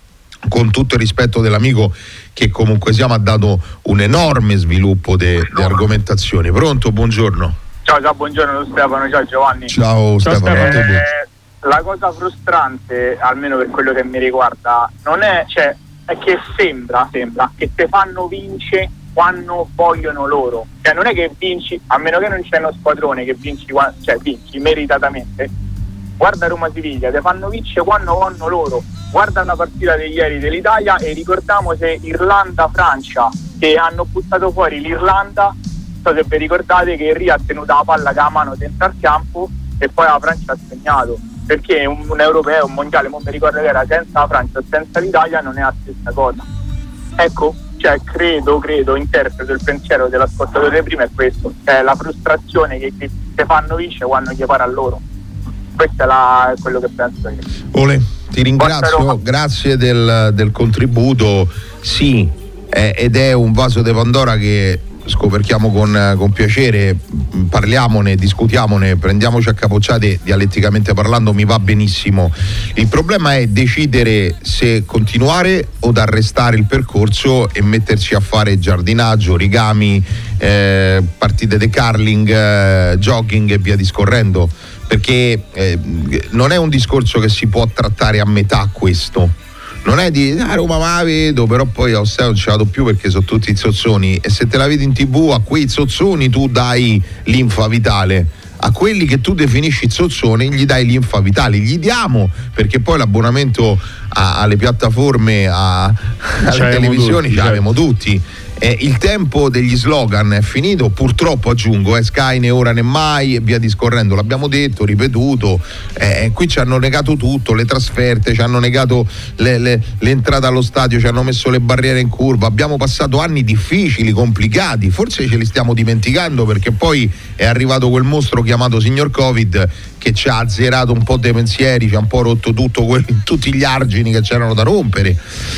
con tutto il rispetto dell'amico che comunque sia mi ha dato un enorme sviluppo di argomentazioni. Pronto? Buongiorno. Ciao, ciao, buongiorno Stefano, ciao Giovanni. Ciao, ciao Stefano. Stefano. Eh, la cosa frustrante, almeno per quello che mi riguarda, non è, cioè, è che sembra, sembra che te fanno vincere quando vogliono loro. Cioè, non è che vinci, a meno che non c'è uno squadrone che vinci, cioè vinci meritatamente. Guarda Roma-Siviglia, te fanno vincere quando vogliono loro. Guarda una partita di ieri dell'Italia e ricordiamo se Irlanda-Francia, che hanno buttato fuori l'Irlanda. So se vi ricordate che Henry ha tenuto la palla con la mano dentro al campo e poi la Francia ha segnato, perché un, un europeo, un mondiale, non mi ricordo che era, senza la Francia o senza l'Italia non è la stessa cosa. Ecco, cioè credo, credo, interpreto il pensiero dell'ascoltatore prima è questo, cioè la frustrazione che ti fanno vincere quando gli pare a loro. Questo è la, quello che penso io. Ole, ti ringrazio, grazie del, del contributo. Sì, eh, ed è un vaso di Pandora che scoperchiamo con, con piacere, parliamone, discutiamone, prendiamoci a capocciate dialetticamente parlando, mi va benissimo. Il problema è decidere se continuare o arrestare il percorso e metterci a fare giardinaggio, origami, eh, partite di curling, eh, jogging e via discorrendo, perché eh, non è un discorso che si può trattare a metà questo. Non è di ah, Roma ma la vedo, però poi a Ostea non ce la do più perché sono tutti zozzoni, e se te la vedi in tv a quei zozzoni tu dai linfa vitale, a quelli che tu definisci zozzoni gli dai linfa vitale, gli diamo, perché poi l'abbonamento a, alle piattaforme, a, alle televisioni ce l'abbiamo tutti. Eh, il tempo degli slogan è finito, purtroppo aggiungo, eh, Sky né ora né mai e via discorrendo, l'abbiamo detto, ripetuto, eh, qui ci hanno negato tutto, le trasferte, ci hanno negato le, le, l'entrata allo stadio, ci hanno messo le barriere in curva, abbiamo passato anni difficili, complicati, forse ce li stiamo dimenticando perché poi è arrivato quel mostro chiamato signor Covid che ci ha azzerato un po' dei pensieri, ci ha un po' rotto tutto quel, tutti gli argini che c'erano da rompere.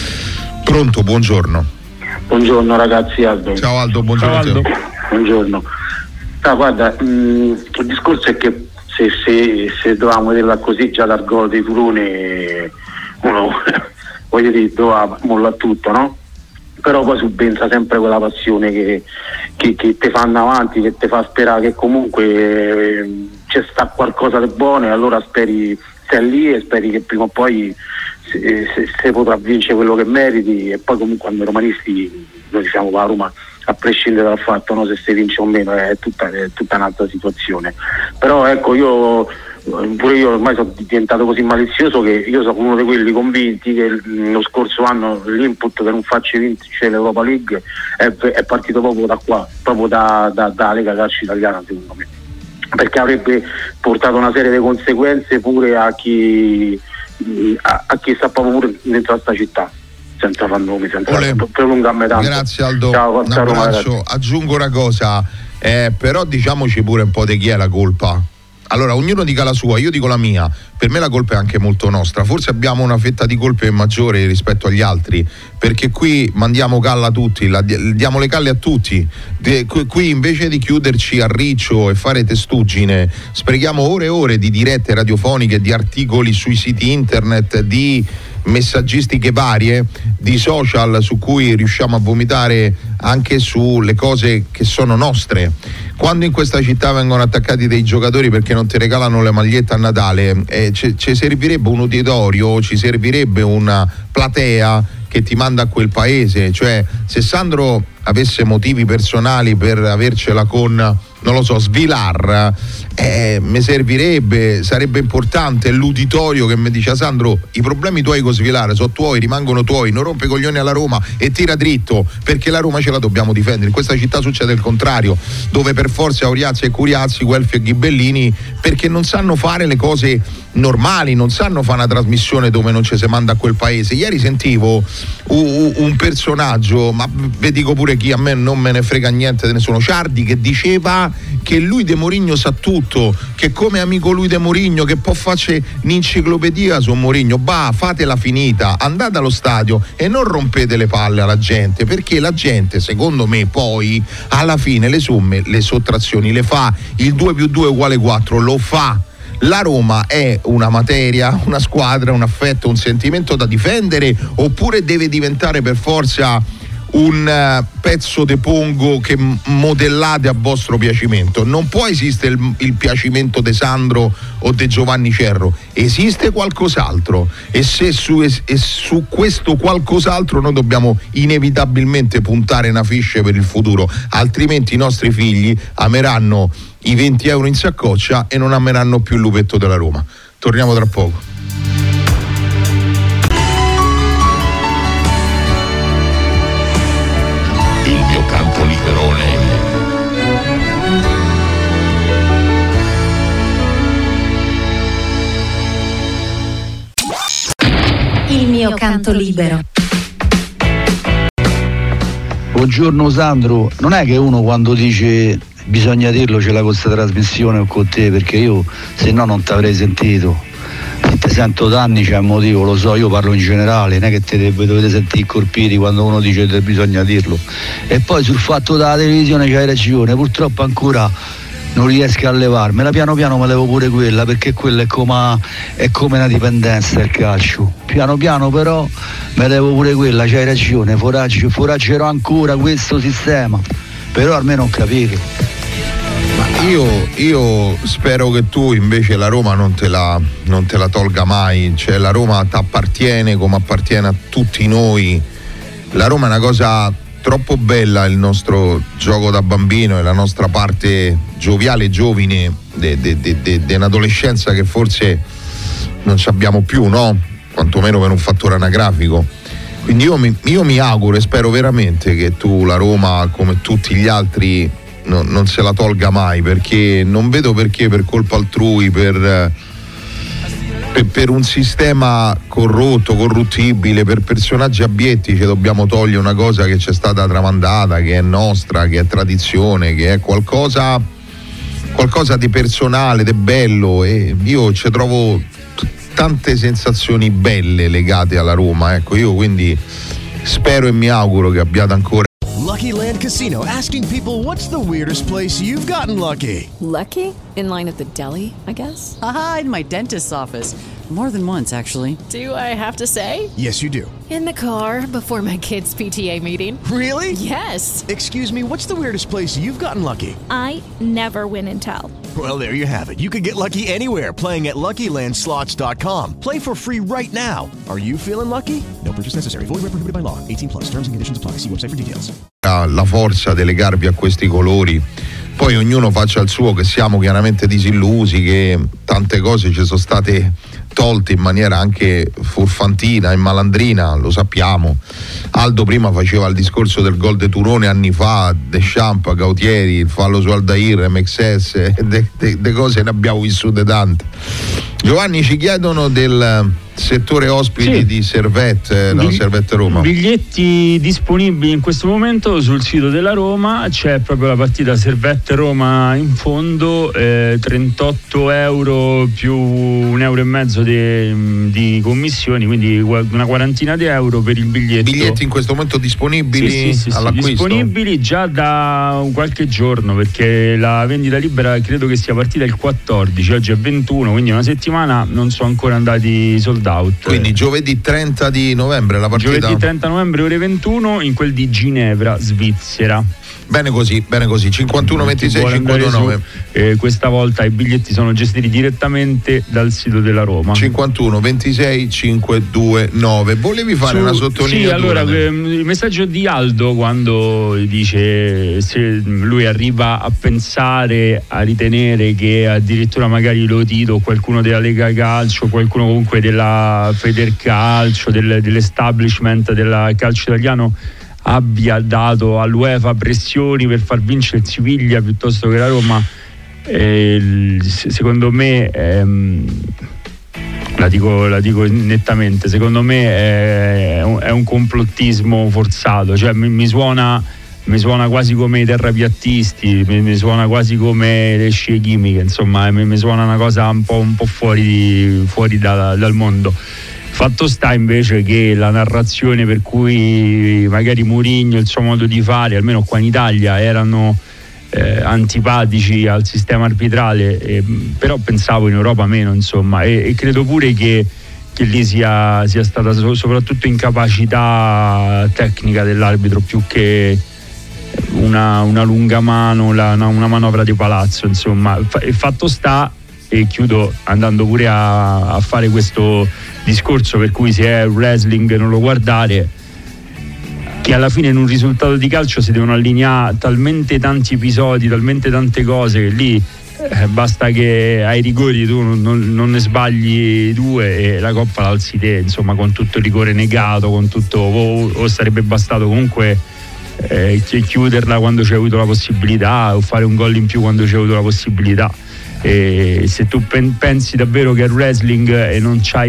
Pronto, buongiorno. Buongiorno ragazzi, Aldo. Ciao Aldo, buongiorno. Ciao Aldo. Buongiorno. Ah, guarda, mh, il discorso è che se, se, se dovevamo vederla così già dal gol di Turone uno voglio dire doveva mollare tutto, no? Però poi subentra sempre quella passione che, che, che te fanno avanti, che te fa sperare che comunque eh, c'è sta qualcosa di buono, e allora speri, stai lì e speri che prima o poi se, se, se potrà vincere quello che meriti. E poi comunque noi romanisti noi siamo qua a Roma, a prescindere dal fatto, no, se si vince o meno è tutta, è tutta un'altra situazione. Però ecco, io pure io ormai sono diventato così malizioso che io sono uno di quelli convinti che lo scorso anno l'input per non farci vincere l'Europa League è, è partito proprio da qua, proprio da, da, da Lega Calcio Italiana, secondo me, perché avrebbe portato una serie di conseguenze pure a chi a, a chi sta proprio pure dentro a sta città, senza far nomi, senza prolungarmi tanto. Grazie Aldo, ciao, un abbraccio. Roma, aggiungo una cosa, eh, però diciamoci pure un po' di chi è la colpa. Allora, ognuno dica la sua, io dico la mia. Per me la colpa è anche molto nostra, forse abbiamo una fetta di colpe maggiore rispetto agli altri, perché qui mandiamo calla a tutti, la, diamo le calle a tutti. De, qui invece di chiuderci a riccio e fare testuggine, sprechiamo ore e ore di dirette radiofoniche, di articoli sui siti internet, di messaggistiche varie, di social su cui riusciamo a vomitare anche sulle cose che sono nostre. Quando in questa città vengono attaccati dei giocatori perché non ti regalano le magliette a Natale, eh, ci, ci servirebbe un uditorio, ci servirebbe una platea che ti manda a quel paese. Cioè, se Sandro avesse motivi personali per avercela con non lo so, svilar, eh, mi servirebbe, sarebbe importante l'uditorio che mi dice: Sandro, i problemi tuoi con Svilar sono tuoi, rimangono tuoi, non rompe i coglioni alla Roma e tira dritto, perché la Roma ce la dobbiamo difendere. In questa città succede il contrario, dove per forza Auriazzi e Curiazzi, Guelfi e Ghibellini, perché non sanno fare le cose normali, non sanno fare una trasmissione dove non ci si manda a quel paese. Ieri sentivo un, un personaggio, ma vi dico pure chi, a me non me ne frega niente di nessuno, Ciardi, che diceva che lui De Mourinho sa tutto, che come amico lui De Mourinho, che può farci un'enciclopedia su Mourinho. Bah, fatela finita, andate allo stadio e non rompete le palle alla gente, perché la gente, secondo me, poi alla fine le somme, le sottrazioni le fa. Il due più due uguale quattro lo fa. La Roma è una materia, una squadra, un affetto, un sentimento da difendere, oppure deve diventare per forza un uh, pezzo de pongo che m- modellate a vostro piacimento? Non può esistere il, il piacimento de Sandro o de Giovanni Cerro, esiste qualcos'altro, e se su, es- e su questo qualcos'altro noi dobbiamo inevitabilmente puntare una fiche per il futuro, altrimenti i nostri figli ameranno i venti euro in saccoccia e non ameranno più il lupetto della Roma. Torniamo tra poco. Il mio campo liberone. Il mio canto libero. Buongiorno Sandro, non è che uno quando dice bisogna dirlo ce l'ha con questa trasmissione o con te, perché io se no non ti avrei sentito. Se ti sento da anni c'è un motivo, lo so, io parlo in generale, non è che te dovete sentire colpiti quando uno dice che bisogna dirlo. E poi sul fatto della televisione c'hai ragione, purtroppo ancora non riesco a levarmela, piano piano me levo pure quella, perché quella è come, è come una dipendenza il calcio. Piano piano però me levo pure quella, c'hai ragione, foraggio, foraggerò ancora questo sistema, però almeno ho capito. Ma io, io spero che tu invece la Roma non te la, non te la tolga mai, cioè la Roma ti appartiene come appartiene a tutti noi. La Roma è una cosa troppo bella, il nostro gioco da bambino e la nostra parte gioviale, giovine di un'adolescenza che forse non ci abbiamo più, no? Quantomeno per un fattore anagrafico. Quindi io mi, io mi auguro e spero veramente che tu la Roma, come tutti gli altri, no, non se la tolga mai, perché non vedo perché per colpa altrui, per, per, per un sistema corrotto, corruttibile, per personaggi abietti ci dobbiamo togliere una cosa che ci è stata tramandata, che è nostra, che è tradizione, che è qualcosa, qualcosa di personale, di bello, e io ci trovo t- tante sensazioni belle legate alla Roma, ecco. Io quindi spero e mi auguro che abbiate ancora. Lucky Land Casino, asking people, what's the weirdest place you've gotten lucky? Lucky? In line at the deli, I guess? Aha, in my dentist's office. More than once, actually. Do I have to say? Yes, you do. In the car before my kids' P T A meeting. Really? Yes. Excuse me, what's the weirdest place you've gotten lucky? I never win and tell. Well, there you have it. You can get lucky anywhere, playing at Lucky Land Slots dot com. Play for free right now. Are you feeling lucky? No purchase necessary. Void where prohibited by law. eighteen plus. Terms and conditions apply. See website for details. La forza di legarvi a questi colori, poi ognuno faccia il suo, che siamo chiaramente disillusi, che tante cose ci sono state tolte in maniera anche furfantina e malandrina, lo sappiamo. Aldo prima faceva il discorso del gol de Turone anni fa, Deschamps, Gautieri, il fallo su Aldair, M X S, de cose ne abbiamo vissute tante. Giovanni, ci chiedono del settore ospiti sì. di Servette, no, Bigli- Servette Roma. Biglietti disponibili in questo momento sul sito della Roma, c'è proprio la partita Servette Roma in fondo, eh, trentotto euro più un euro e mezzo di, di commissioni, quindi una quarantina di euro per il biglietto. Biglietti in questo momento disponibili sì, sì, sì, all'acquisto? Sì, disponibili già da qualche giorno, perché la vendita libera credo che sia partita il quattordici, oggi è ventuno, quindi una settimana non sono ancora andati sold sold out. Quindi giovedì trenta di novembre la partita. Giovedì trenta novembre ore ventuno in quel di Ginevra, Svizzera. Bene così, bene così. cinquantuno ventisei cinquantanove. Eh, questa volta i biglietti sono gestiti direttamente dal sito della Roma. cinquantuno ventisei cinquecentonove. Volevi fare Su, una sottolineatura? Sì, allora ehm, il messaggio di Aldo quando dice se lui arriva a pensare, a ritenere che addirittura magari Lotito o qualcuno della Lega Calcio, qualcuno comunque della Federcalcio, del, dell'establishment del calcio italiano abbia dato all'UEFA pressioni per far vincere il Siviglia piuttosto che la Roma, eh, secondo me ehm, la, dico, la dico nettamente, secondo me è un, è un complottismo forzato, cioè mi, mi suona mi suona quasi come i terrapiattisti, mi, mi suona quasi come le scie chimiche, insomma mi, mi suona una cosa un po', un po' fuori, fuori da, dal mondo. Fatto sta invece che la narrazione per cui magari Mourinho, il suo modo di fare, almeno qua in Italia, erano eh, antipatici al sistema arbitrale, eh, però pensavo in Europa meno, insomma, e, e credo pure che, che lì sia, sia stata so, soprattutto incapacità tecnica dell'arbitro più che una, una lunga mano, la, una, una manovra di palazzo, insomma. E fatto sta, e chiudo andando pure a, a fare questo discorso per cui se è wrestling non lo guardare, che alla fine in un risultato di calcio si devono allineare talmente tanti episodi, talmente tante cose che lì eh, basta che ai rigori tu non, non, non ne sbagli due e la coppa l'alzi te, insomma, con tutto il rigore negato, con tutto, o, o sarebbe bastato comunque eh, chiuderla quando c'è avuto la possibilità o fare un gol in più quando c'è avuto la possibilità. E se tu pen- pensi davvero che è wrestling e non c'hai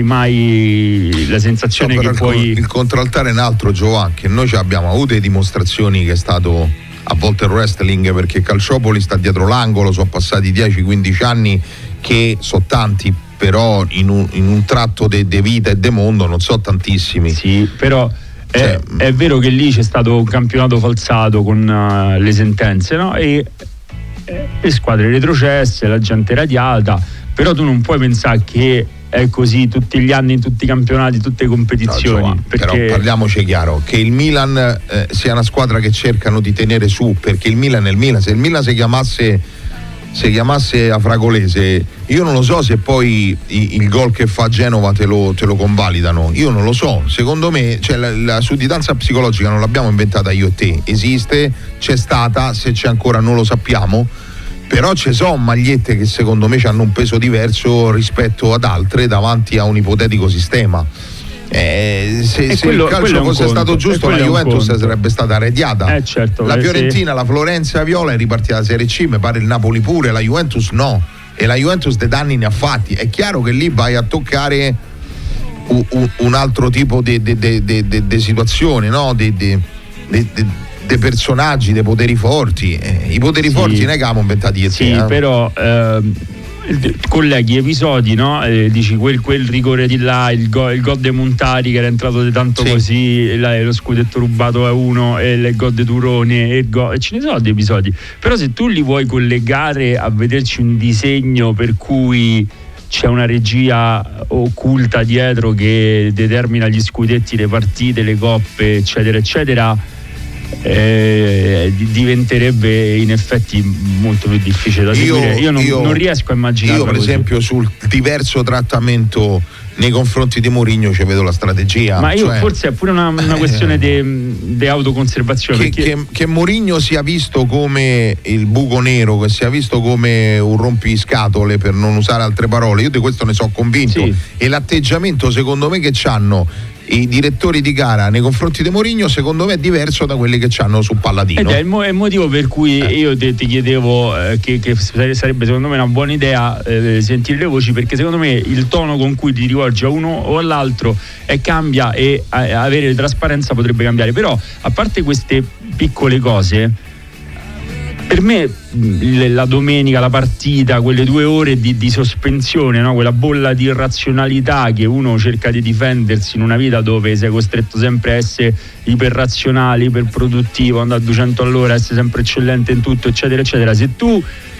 mai la sensazione no, che il puoi il contraltare è un altro, Giovanni, che noi abbiamo avuto le dimostrazioni che è stato a volte il wrestling, perché Calciopoli sta dietro l'angolo, sono passati dieci quindici anni che so tanti, però in un, in un tratto di vita e de mondo non so tantissimi. Sì, però cioè, è, è vero che lì c'è stato un campionato falsato con uh, le sentenze, no? E le squadre retrocesse, la gente radiata, però tu non puoi pensare che è così tutti gli anni in tutti i campionati, tutte le competizioni. No, Giovanni, perché... però parliamoci chiaro, che il Milan eh, sia una squadra che cercano di tenere su, perché il Milan è il Milan. Se il Milan si chiamasse si chiamasse a Fragolese, io non lo so se poi i, il gol che fa Genova te lo, te lo convalidano, io non lo so. Secondo me, cioè, la, la sudditanza psicologica non l'abbiamo inventata io e te, esiste, c'è stata, se c'è ancora non lo sappiamo, però ci sono magliette che secondo me hanno un peso diverso rispetto ad altre davanti a un ipotetico sistema. Eh, se, se quello, il calcio fosse conto, stato giusto, la Juventus sarebbe stata arrediata. Eh, certo, la Fiorentina, sì. La Florenza Viola è ripartita da Serie C, mi pare il Napoli pure, la Juventus no. E la Juventus dei danni ne ha fatti. È chiaro che lì vai a toccare un, un, un altro tipo di situazione, no? Di personaggi, dei poteri forti. Eh, I poteri sì. forti ne abbiamo inventati io. Sì, eh. però. Ehm... colleghi episodi, no? Eh, dici quel, quel rigore di là, il gol, il gol dei Montari che era entrato di tanto sì. così, la, lo scudetto rubato a uno e il gol di Turoni e, e ce ne sono dei episodi, però se tu li vuoi collegare a vederci un disegno per cui c'è una regia occulta dietro che determina gli scudetti, le partite, le coppe, eccetera eccetera, Eh, diventerebbe in effetti molto più difficile da seguire. Io, io, non, io non riesco a immaginare. Io per così. esempio sul diverso trattamento nei confronti di Mourinho ci vedo la strategia. Ma io cioè, forse è pure una, una questione di autoconservazione. Che, perché... che, che Mourinho sia visto come il buco nero, che sia visto come un rompiscatole, per non usare altre parole, io di questo ne sono convinto. Sì. E l'atteggiamento secondo me che c'hanno i direttori di gara nei confronti di Mourinho secondo me è diverso da quelli che c'hanno su Palladino. Ed è il, mo- è il motivo per cui eh. io te, ti chiedevo eh, che, che sarebbe secondo me una buona idea eh, sentire le voci, perché secondo me il tono con cui ti rivolgi a uno o all'altro eh, cambia e eh, avere trasparenza potrebbe cambiare. Però a parte queste piccole cose, per me la domenica, la partita, quelle due ore di, di sospensione, no? Quella bolla di irrazionalità che uno cerca di difendersi in una vita dove sei costretto sempre a essere iperrazionale, iperproduttivo, andare a duecento all'ora, essere sempre eccellente in tutto, eccetera eccetera. Se tu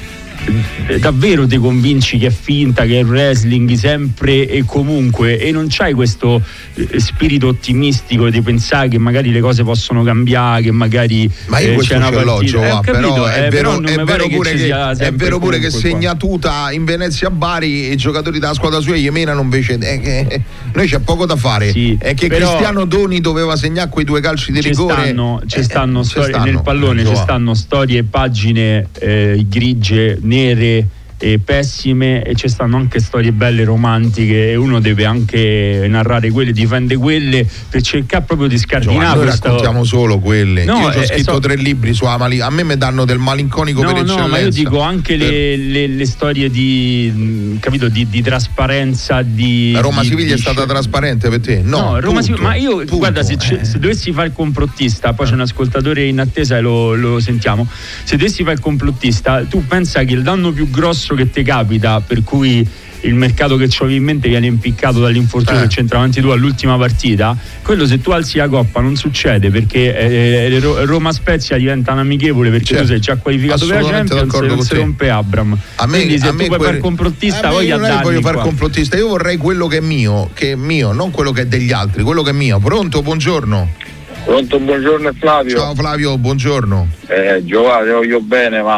davvero ti convinci che è finta, che è wrestling sempre e comunque, e non c'hai questo eh, spirito ottimistico di pensare che magari le cose possono cambiare, che magari ma io eh, questo c'è una ce l'ho, partita. Giova, eh, capito, però è eh, vero, però è vero pure che, che è vero pure che segnatura in Venezia Bari i giocatori della squadra sua gli menano, invece è che noi c'è poco da fare, sì, è che però Cristiano Doni doveva segnare quei due calci di ci rigore. Stanno, ci eh, stanno storie stanno, nel pallone, Giova. ci stanno storie e pagine eh, grigie, nere e pessime, e ci stanno anche storie belle romantiche, e uno deve anche narrare quelle, difende quelle per cercare proprio di scardinare. Noi questo... raccontiamo solo quelle. No, io ho eh, scritto so... tre libri su Amali, a me mi danno del malinconico no, per eccellenza. No, ma io dico anche per... le, le, le storie di mh, capito di, di trasparenza di la Roma di, Siviglia di... è stata trasparente per te? No, no Roma punto, ma io punto, guarda, se, eh. se dovessi fare il complottista, poi c'è un ascoltatore in attesa e lo, lo sentiamo. Se dovessi fare il complottista, tu pensa che il danno più grosso che ti capita, per cui il mercato che c'avevi in mente viene impiccato dall'infortunio eh. del centravanti tu all'ultima partita, quello se tu alzi la coppa non succede, perché eh, Roma Spezia diventa un amichevole, perché certo. tu sei già qualificato per la Champions e non si rompe Abram. A me, quindi se a tu me vuoi quel... fare complottista, a voglio io non danni voglio fare qua. complottista, io vorrei quello che è mio, che è mio, non quello che è degli altri, quello che è mio. Pronto, buongiorno. Pronto, buongiorno Flavio. Ciao Flavio, buongiorno. Eh, Giovanni, voglio bene, ma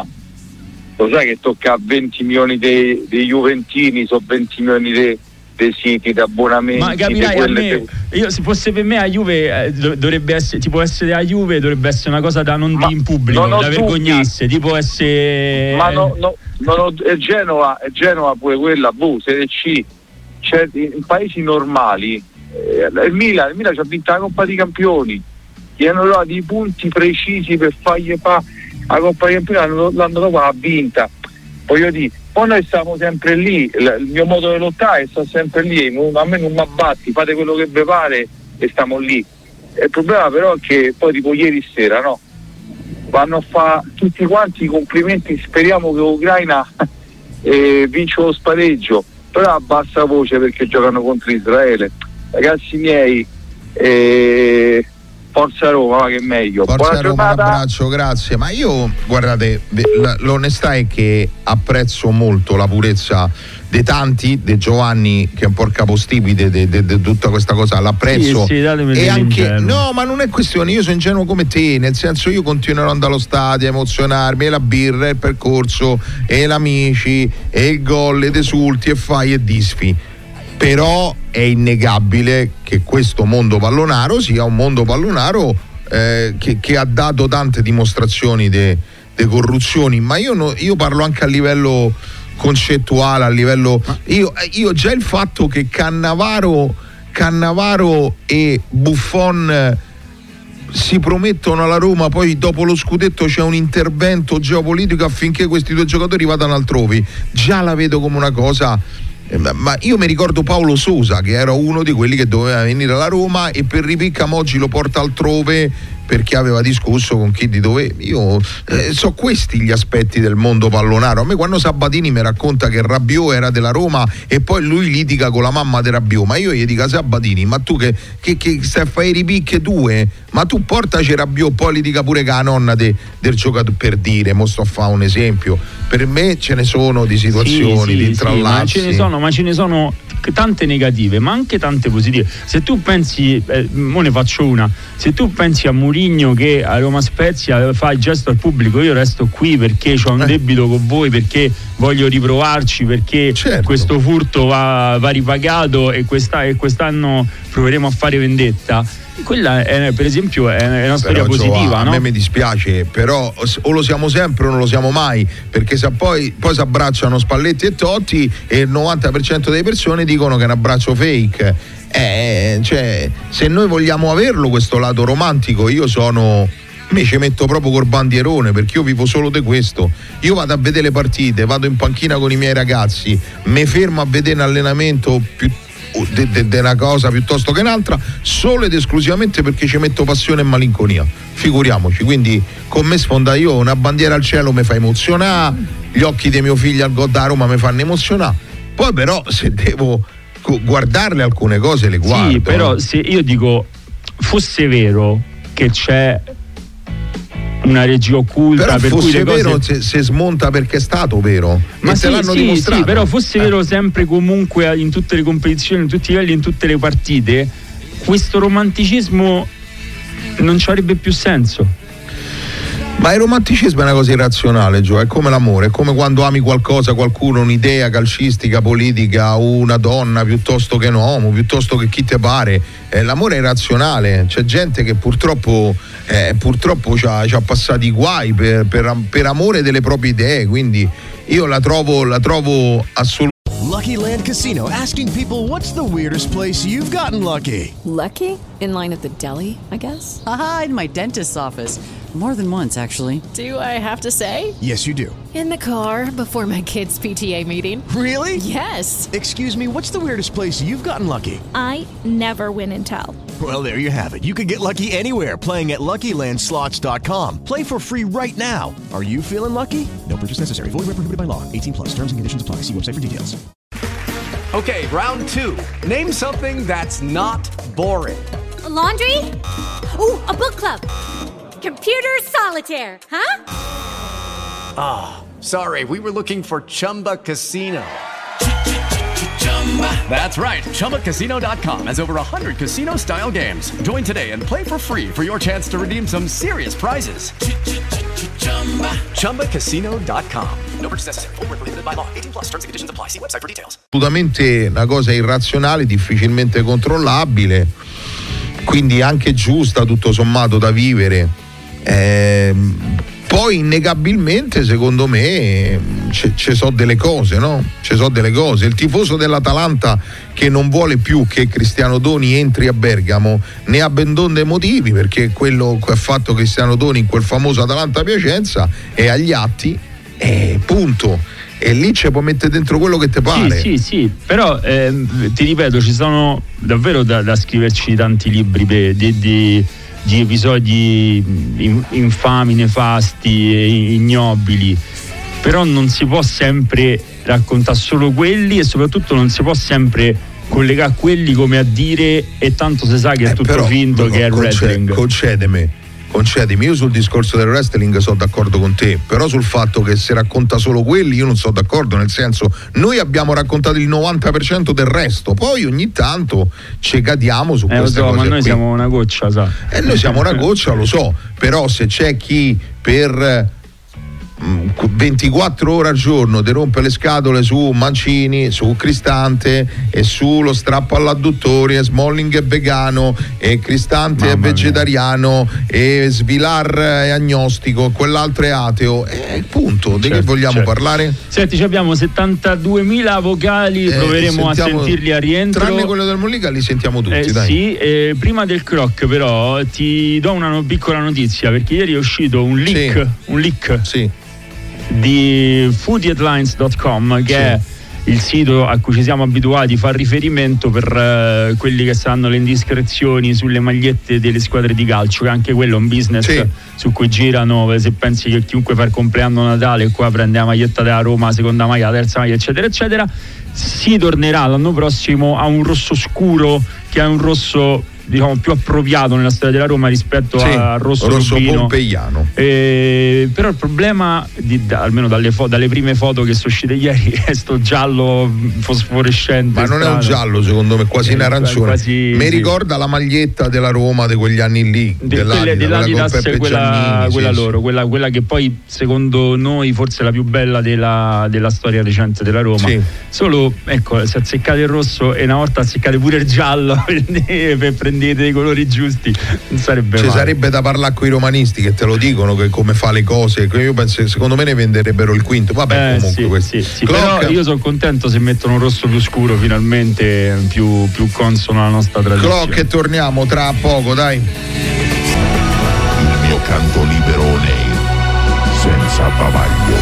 lo sai che tocca a venti milioni dei, dei juventini, sono venti milioni dei, dei siti, di abbonamenti. Ma capirai, a me, io, se fosse per me a Juve eh, dovrebbe essere, tipo essere a Juve dovrebbe essere una cosa da non dire in pubblico, da vergognarsi, tipo essere. Ma no, no, no, no, è Genova, è Genova pure quella, boh, Serie C, c'è in paesi normali, eh, il Milan, il Milan ci ha vinto la Coppa dei Campioni, gli hanno dato i punti precisi per fargli fa la Coppa dei Campioni, l'anno, l'anno dopo l'ha vinta, voglio dire, poi noi stiamo sempre lì, il mio modo di lottare sta sempre lì, a me non mi abbatti, fate quello che vi pare e stiamo lì. E il problema però è che poi tipo ieri sera, no? Vanno a fare tutti quanti i complimenti, speriamo che l'Ucraina eh, vince lo spareggio, però a bassa voce perché giocano contro Israele. Ragazzi miei, eh, Forza Roma, ma che meglio. Forza Buona Roma, un giornata. abbraccio, grazie. Ma io, guardate, l'onestà è che apprezzo molto la purezza dei tanti, dei Giovanni, che è un po' il capostipite di tutta questa cosa, l'apprezzo. Sì, sì, e anche no, ma non è questione, io sono ingenuo come te, nel senso io continuerò ad andare allo stadio a emozionarmi, e la birra, e il percorso, e l'amici, e il gol, ed esulti, e fai e disfi. Però è innegabile che questo mondo pallonaro sia un mondo pallonaro eh, che, che ha dato tante dimostrazioni di corruzioni, ma io, no, io parlo anche a livello concettuale, a livello io, io già il fatto che Cannavaro Cannavaro e Buffon si promettono alla Roma, poi dopo lo scudetto c'è un intervento geopolitico affinché questi due giocatori vadano altrove, già la vedo come una cosa. Ma io mi ricordo Paolo Sousa, che era uno di quelli che doveva venire alla Roma e per ripicca Moggi lo porta altrove perché aveva discusso con chi di dove. Io eh, so questi gli aspetti del mondo pallonaro. A me quando Sabatini mi racconta che Rabiot era della Roma e poi lui litiga con la mamma di Rabiot, ma io gli dico a Sabatini, ma tu che, che, che stai a fare i ripicche due? Ma tu portaci Rabiot, poi litiga pure con la nonna de, del giocatore, per dire, mo sto a fare un esempio. Per me ce ne sono di situazioni, sì, sì, di intrallazzi. Sì, ma ce ne sono, ma ce ne sono tante negative, ma anche tante positive. Se tu pensi, eh, mo ne faccio una, se tu pensi a Mourinho che a Roma Spezia fa il gesto al pubblico, io resto qui perché ho un eh. debito con voi, perché voglio riprovarci, perché certo. questo furto va, va ripagato e, questa, e quest'anno proveremo a fare vendetta. Quella è, per esempio è una storia però, positiva, Giova, no? A me mi dispiace, però o lo siamo sempre o non lo siamo mai, perché se poi, poi si abbracciano Spalletti e Totti e il novanta per cento delle persone dicono che è un abbraccio fake. Eh, cioè, se noi vogliamo averlo questo lato romantico, io sono mi ci metto proprio col bandierone, perché io vivo solo di questo. Io vado a vedere le partite, vado in panchina con i miei ragazzi, mi fermo a vedere un allenamento più di una cosa piuttosto che un'altra, solo ed esclusivamente perché ci metto passione e malinconia, figuriamoci. Quindi con me sfonda, io una bandiera al cielo mi fa emozionare, gli occhi dei mio figlio al gol da Roma mi fanno emozionare, poi però se devo guardarle alcune cose le guardo. Sì, però se io dico fosse vero che c'è una regia occulta. Però per fosse cui le cose... vero se, se smonta perché è stato vero. Ma e sì, te l'hanno sì, dimostrato. sì, però fosse eh. vero sempre comunque in tutte le competizioni, in tutti i livelli, in tutte le partite, questo romanticismo non ci avrebbe più senso. Ma il romanticismo è una cosa irrazionale, Gio, è come l'amore, è come quando ami qualcosa, qualcuno, un'idea calcistica, politica, una donna piuttosto che un uomo, piuttosto che chi te pare. Eh, l'amore è irrazionale, c'è gente che purtroppo eh, purtroppo ci ha, ci ha passati guai per, per, per amore delle proprie idee, quindi io la trovo, la trovo assolutamente. Lucky Land Casino, asking people, what's the weirdest place you've gotten lucky? Lucky? In line at the deli, I guess? Aha, in my dentist's office. More than once, actually. Do I have to say? Yes, you do. In the car before my kids' P T A meeting. Really? Yes. Excuse me, what's the weirdest place you've gotten lucky? I never win and tell. Well, there you have it. You can get lucky anywhere, playing at Lucky Land Slots dot com. Play for free right now. Are you feeling lucky? No purchase necessary. Void where prohibited by law. eighteen plus. Terms and conditions apply. See website for details. Okay, round two. Name something that's not boring. A laundry? Ooh, a book club. Computer solitaire, huh? Ah, oh, sorry. We were looking for Chumba Casino. That's right. Chumba Casino dot com has over one hundred casino-style games. Join today and play for free for your chance to redeem some serious prizes. Chumba Casino dot com. No purchase necessary. Void where prohibited by law. eighteen plus. Terms and conditions apply. See website for details. Assolutamente una cosa irrazionale, difficilmente controllabile, quindi anche giusta tutto sommato da vivere. Eh, poi innegabilmente secondo me ci sono delle cose, no? Ci sono delle cose. Il tifoso dell'Atalanta che non vuole più che Cristiano Doni entri a Bergamo ne ha ben donde motivi, perché quello che ha fatto Cristiano Doni in quel famoso Atalanta Piacenza è agli atti, e punto. E lì ci puoi mettere dentro quello che ti pare. Sì, sì, sì, però eh, ti ripeto, ci sono davvero da, da scriverci tanti libri per, di, di di episodi infami, nefasti e ignobili, però non si può sempre raccontare solo quelli, e soprattutto non si può sempre collegare quelli come a dire e tanto si sa che è eh, tutto però, finto, no, che è il conced- wrestling. Concedemi, concedimi, io sul discorso del wrestling sono d'accordo con te, però sul fatto che si racconta solo quelli io non sono d'accordo, nel senso, noi abbiamo raccontato il novanta per cento del resto, poi ogni tanto ci cadiamo su eh, queste lo so, cose ma noi qui. siamo una goccia, sa. E eh, noi siamo una goccia, lo so, però se c'è chi per ventiquattro ore al giorno ti rompe le scatole su Mancini, su Cristante e sullo strappo all'adduttore, e Smalling è vegano e Cristante Mamma è vegetariano mia. E Svilar è agnostico, quell'altro è ateo, e punto. Di certo, che vogliamo certo. parlare? Senti, abbiamo settantaduemila vocali, eh, proveremo sentiamo, a sentirli a rientro. Tranne quello del Mollica li sentiamo tutti, eh, dai. Sì, eh, prima del croc però ti do una piccola notizia, perché ieri è uscito un leak, sì. un leak sì. di foodie headlines dot com, che sì. è il sito a cui ci siamo abituati, fa riferimento per uh, quelli che sanno le indiscrezioni sulle magliette delle squadre di calcio, che anche quello è un business sì. su cui girano, se pensi che chiunque fa il compleanno Natale qua prende la maglietta della Roma, la seconda maglia, la terza maglia, eccetera eccetera. Si tornerà l'anno prossimo a un rosso scuro, che è un rosso diciamo più appropriato nella storia della Roma rispetto sì, al rosso, rosso rubino pompeiano. Eh, però il problema di, da, almeno dalle, fo- dalle prime foto che sono uscite ieri è sto giallo fosforescente, ma non strano. È un giallo, secondo me, quasi eh, in arancione quasi, mi sì. ricorda la maglietta della Roma di quegli anni lì, De, dell'Adidas, dell'Adidas quella, quella, quella sì, loro sì. Quella, quella che poi secondo noi forse è la più bella della, della storia recente della Roma, sì. solo ecco, se azzeccate il rosso e una volta azzeccate pure il giallo per prendere dei colori giusti, non sarebbe ci male. Sarebbe da parlare con i romanisti che te lo dicono, che come fa le cose. Io penso, secondo me ne venderebbero il quinto. Vabbè, eh, comunque sì, sì, sì. Però io sono contento se mettono un rosso più scuro, finalmente più, più consono alla nostra tradizione. Clock, e torniamo tra poco, dai. Il mio canto liberone senza bavaglio.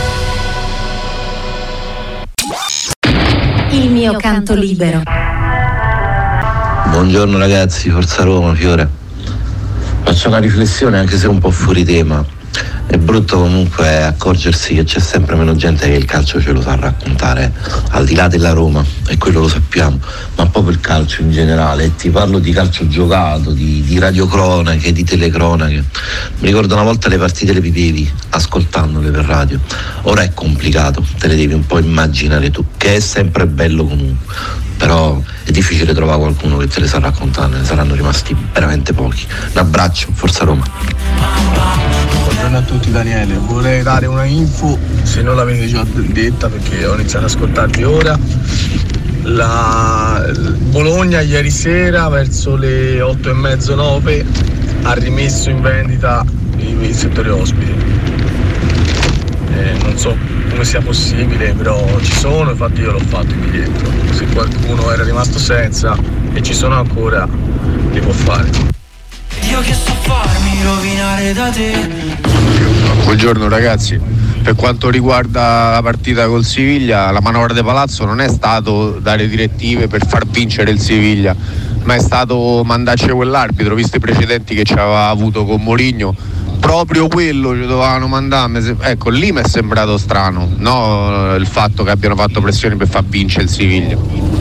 Il mio canto libero. Buongiorno ragazzi, Forza Roma, Fiore. Faccio una riflessione anche se un po' fuori tema. È brutto comunque accorgersi che c'è sempre meno gente che il calcio ce lo sa raccontare, al di là della Roma, e quello lo sappiamo, ma proprio il calcio in generale. Ti parlo di calcio giocato, di, di radiocronache, di telecronache. Mi ricordo una volta le partite le vivevi ascoltandole per radio, ora è complicato, te le devi un po' immaginare tu, che è sempre bello comunque, però è difficile trovare qualcuno che te le sa raccontare, ne saranno rimasti veramente pochi. Un abbraccio, forza Roma. Buongiorno a tutti, Daniele. Vorrei dare una info, se non l'avete già detta perché ho iniziato ad ascoltarvi ora. La Bologna ieri sera verso le otto e mezzo nove ha rimesso in vendita i, i settori ospiti. Eh, non so come sia possibile, però ci sono, infatti io l'ho fatto il biglietto. Se qualcuno era rimasto senza e ci sono ancora, li può fare. Io che so farmi rovinare da te. Buongiorno ragazzi, per quanto riguarda la partita col Siviglia, la manovra di Palazzo non è stato dare direttive per far vincere il Siviglia, ma è stato mandarci quell'arbitro, visto i precedenti che ci aveva avuto con Mourinho. Proprio quello ci dovevano mandare, ecco, lì mi è sembrato strano, no il fatto che abbiano fatto pressioni per far vincere il Siviglia.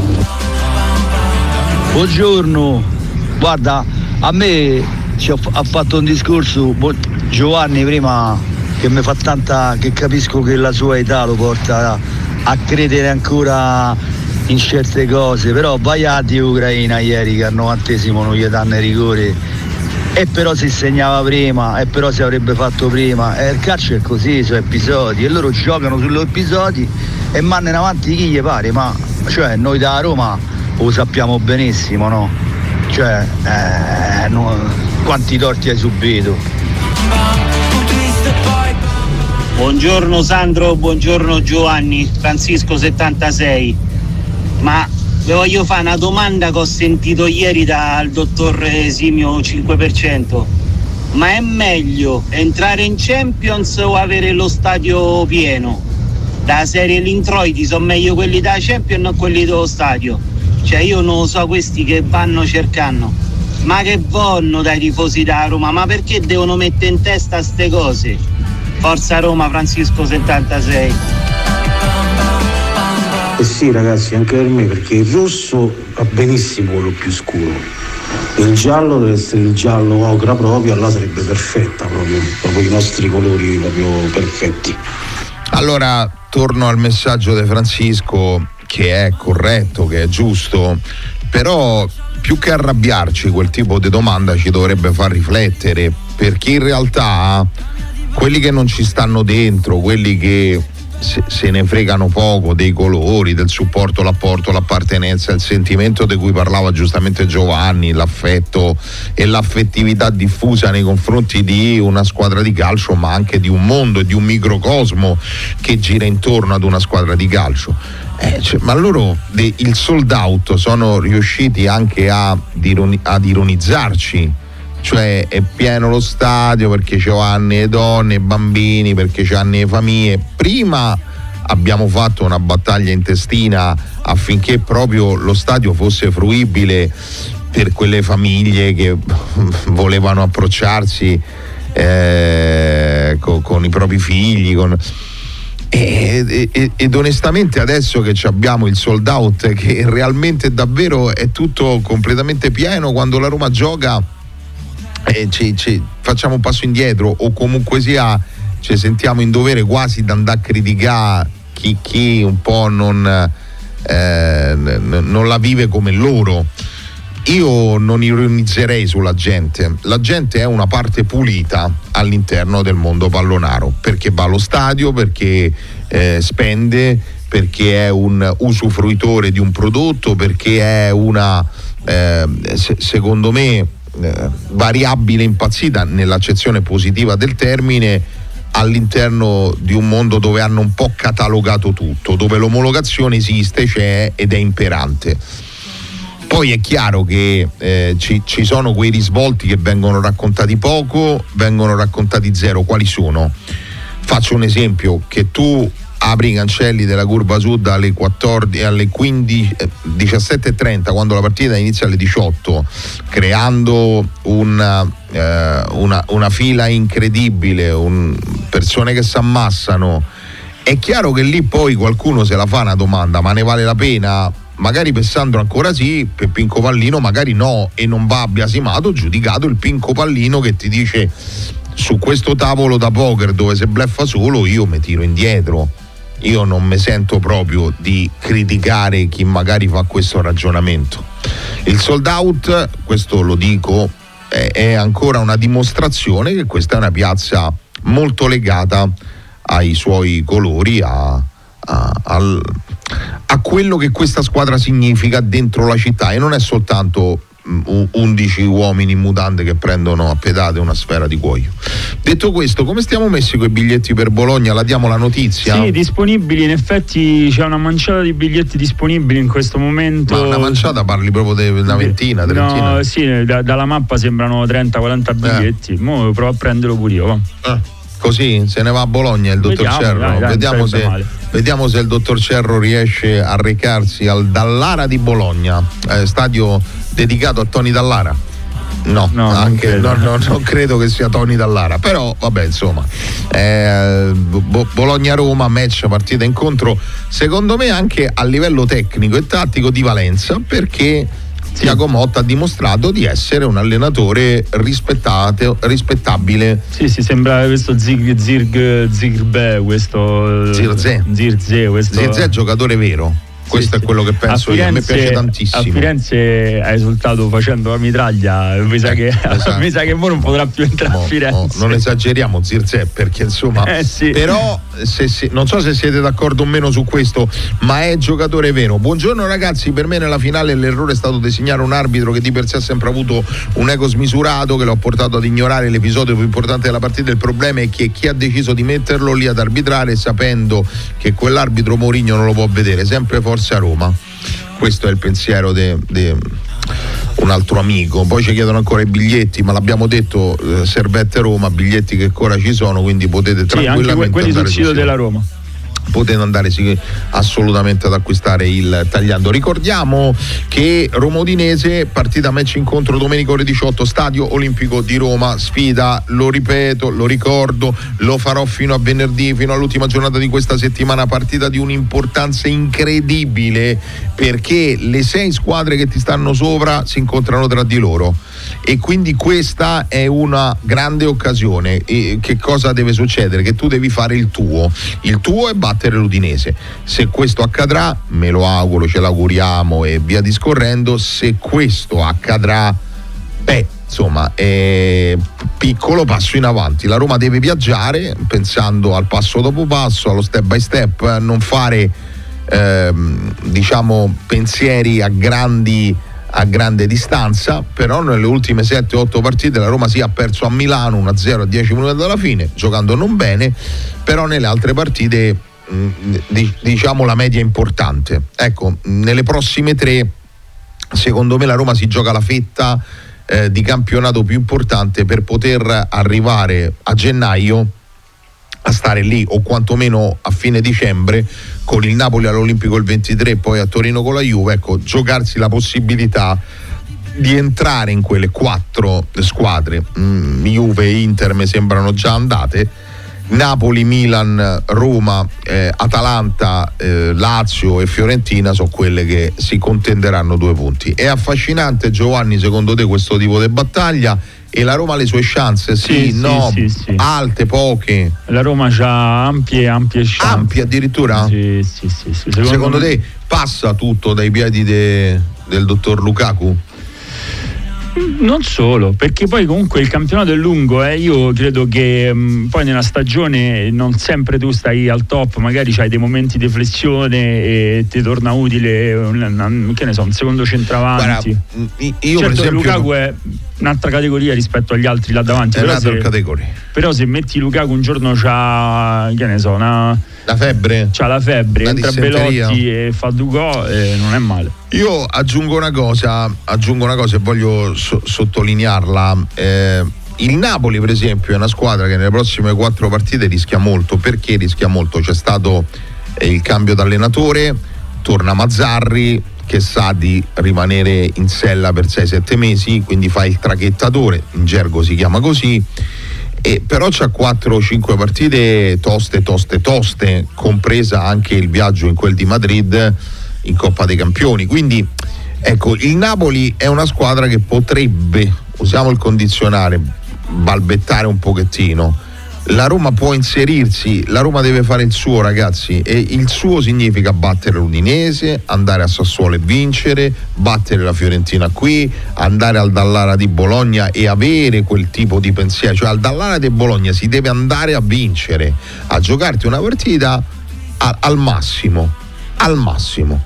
Buongiorno, guarda, a me ci ho, ha fatto un discorso Giovanni prima che mi fa tanta, che capisco che la sua età lo porta a, a credere ancora in certe cose, però vai a di Ucraina ieri che al novantesimo non gli danno rigore e però si segnava prima e però si avrebbe fatto prima, e il calcio è così, sono episodi e loro giocano sugli episodi e mandano avanti chi gli pare, ma cioè noi da Roma lo sappiamo benissimo, no? Cioè eh, no, quanti torti hai subito. Buongiorno Sandro, buongiorno Giovanni, Francisco settantasei. Ma vi voglio fare una domanda che ho sentito ieri dal dottor Esimio cinque per cento. Ma è meglio entrare in Champions o avere lo stadio pieno? Da serie gli introiti sono meglio quelli da Champions o quelli dello stadio? Cioè io non lo so questi che vanno cercando. Ma che vanno dai tifosi da Roma? Ma perché devono mettere in testa ste cose? Forza Roma, Francisco settantasei. Eh sì ragazzi, anche per me, perché il rosso va benissimo quello più scuro, il giallo deve essere il giallo ocra proprio, allora sarebbe perfetta proprio, proprio i nostri colori proprio perfetti. Allora torno al messaggio di Francisco, che è corretto, che è giusto, però più che arrabbiarci quel tipo di domanda ci dovrebbe far riflettere, perché in realtà quelli che non ci stanno dentro, quelli che se, se ne fregano poco dei colori, del supporto, l'apporto, l'appartenenza, il sentimento di cui parlava giustamente Giovanni, l'affetto e l'affettività diffusa nei confronti di una squadra di calcio, ma anche di un mondo e di un microcosmo che gira intorno ad una squadra di calcio. Eh, cioè, ma loro de, il sold out sono riusciti anche a, ad ironizzarci, cioè è pieno lo stadio perché c'hanno le donne, i bambini, perché c'hanno le famiglie. Prima abbiamo fatto una battaglia intestina affinché proprio lo stadio fosse fruibile per quelle famiglie che volevano approcciarsi eh, con, con i propri figli, con... E, e, ed onestamente adesso che abbiamo il sold out, che realmente davvero è tutto completamente pieno, quando la Roma gioca eh, ci, ci facciamo un passo indietro, o comunque sia ci sentiamo in dovere quasi di andare a criticare chi, chi un po' non, eh, non la vive come loro. Io non ironizzerei sulla gente, la gente è una parte pulita all'interno del mondo pallonaro, perché va allo stadio, perché eh, spende, perché è un usufruitore di un prodotto, perché è una, eh, se, secondo me, eh, variabile impazzita nell'accezione positiva del termine all'interno di un mondo dove hanno un po' catalogato tutto, dove l'omologazione esiste, c'è ed è imperante. Poi è chiaro che eh, ci, ci sono quei risvolti che vengono raccontati poco, vengono raccontati zero. Quali sono? Faccio un esempio: che tu apri i cancelli della curva sud alle quattordici, alle quindici, eh, diciassette e trenta, quando la partita inizia alle diciotto, creando una, eh, una, una fila incredibile, un, persone che si ammassano, è chiaro che lì poi qualcuno se la fa una domanda: ma ne vale la pena? Magari per Sandro ancora sì, per Pinco Pallino magari no, e non va biasimato, giudicato il Pinco Pallino che ti dice: su questo tavolo da poker dove se bleffa solo io mi tiro indietro. Io non mi sento proprio di criticare chi magari fa questo ragionamento. Il sold out, questo lo dico, è, è ancora una dimostrazione che questa è una piazza molto legata ai suoi colori, a, a, al, a quello che questa squadra significa dentro la città, e non è soltanto undici uomini in mutande che prendono a pedate una sfera di cuoio. Detto questo, come stiamo messi con i biglietti per Bologna? La diamo la notizia? Sì, disponibili, in effetti c'è una manciata di biglietti disponibili in questo momento. Ma una manciata, parli proprio di una ventina, trentina? No, sì, da, dalla mappa sembrano trenta quaranta biglietti, eh. Mo provo a prenderlo pure io, va. Eh. Così se ne va a Bologna il dottor Vediamo, Cerro. dai, dai, vediamo, se, vediamo se il dottor Cerro riesce a recarsi al Dallara di Bologna, eh, stadio dedicato a Tony Dallara. No, no, anche, non, no, credo. no, non credo che sia Tony Dallara, però vabbè, insomma, eh, Bo- Bologna-Roma, match, partita, incontro secondo me anche a livello tecnico e tattico di valenza, perché Tiago Motta ha dimostrato di essere un allenatore rispettato, rispettabile. Sì, sì, sembra questo Zig, Zirg, Zirbe, questo Zirze. Zirze, questo Zirze è giocatore vero. Questo sì, è quello che penso a Firenze, io, a me piace tantissimo. A Firenze ha esultato facendo la mitraglia, mi sa, eh, che, esatto. mi sa che ora non potrà più entrare mo, a Firenze. Mo, non esageriamo, Zirze, perché insomma eh, sì. però se, se, non so se siete d'accordo o meno su questo, ma è giocatore vero. Buongiorno ragazzi, per me nella finale l'errore è stato designare un arbitro che di per sé ha sempre avuto un ego smisurato, che l'ha portato ad ignorare l'episodio più importante della partita. Il problema è che chi ha deciso di metterlo lì ad arbitrare sapendo che quell'arbitro Mourinho non lo può vedere. Sempre forza a Roma. Questo è il pensiero di un altro amico. Poi ci chiedono ancora i biglietti, ma l'abbiamo detto, eh, Servette Roma, biglietti che ancora ci sono, quindi potete sì, tranquillamente anche quelli andare sul sito della Roma. Potete andare sì, assolutamente ad acquistare il tagliando. Ricordiamo che Roma Udinese, partita match incontro domenica ore diciotto, Stadio Olimpico di Roma, sfida, lo ripeto, lo ricordo, lo farò fino a venerdì, fino all'ultima giornata di questa settimana, partita di un'importanza incredibile, perché le sei squadre che ti stanno sopra si incontrano tra di loro, e quindi questa è una grande occasione. E che cosa deve succedere? Che tu devi fare il tuo, il tuo è battere l'Udinese. Se questo accadrà, me lo auguro, ce l'auguriamo e via discorrendo. Se questo accadrà, beh, insomma, è piccolo passo in avanti. La Roma deve viaggiare pensando al passo dopo passo, allo step by step, non fare ehm, diciamo pensieri a grandi a grande distanza. Però nelle ultime sette otto partite la Roma si ha perso a Milano uno a zero a dieci minuti dalla fine, giocando non bene, però nelle altre partite mh, diciamo la media è importante. Ecco, nelle prossime tre secondo me la Roma si gioca la fetta eh, di campionato più importante per poter arrivare a gennaio a stare lì, o quantomeno a fine dicembre, con il Napoli all'Olimpico il ventitré, poi a Torino con la Juve. Ecco, giocarsi la possibilità di entrare in quelle quattro squadre. mm, Juve e Inter mi sembrano già andate, Napoli, Milan, Roma, eh, Atalanta, eh, Lazio e Fiorentina sono quelle che si contenderanno due punti. È affascinante, Giovanni, secondo te questo tipo di battaglia? E la Roma ha le sue chance? Sì, sì no, sì, sì, sì. alte, poche? La Roma ha ampie, ampie chance. Ampie addirittura? Sì, sì, sì, sì. Secondo, Secondo me... te passa tutto dai piedi de, del dottor Lukaku? Non solo, perché poi comunque il campionato è lungo, eh. Io credo che mh, poi nella stagione non sempre tu stai al top, magari c'hai dei momenti di flessione e ti torna utile un, un, che ne so, un secondo centravanti. Guarda, io certo, per esempio Lukaku è un'altra categoria rispetto agli altri là davanti, è però un'altra se, categoria. però se metti Lukaku un giorno c'ha, che ne so, una la febbre, c'ha la febbre, la entra dissenteria. Belotti e fa due gol, e non è male. Io aggiungo una cosa, aggiungo una cosa e voglio so- sottolinearla. Eh, il Napoli, per esempio, è una squadra che nelle prossime quattro partite rischia molto. Perché rischia molto? C'è stato il cambio d'allenatore, torna Mazzarri che sa di rimanere in sella per sei sette mesi, quindi fa il traghettatore, in gergo si chiama così, e però c'ha quattro cinque partite toste toste toste, compresa anche il viaggio in quel di Madrid in Coppa dei Campioni, quindi ecco, il Napoli è una squadra che potrebbe, usiamo il condizionale, balbettare un pochettino. La Roma può inserirsi, la Roma deve fare il suo, ragazzi, e il suo significa battere l'Udinese, andare a Sassuolo e vincere, battere la Fiorentina qui, andare al Dallara di Bologna e avere quel tipo di pensiero, cioè al Dallara di Bologna si deve andare a vincere, a giocarti una partita a, al massimo, al massimo.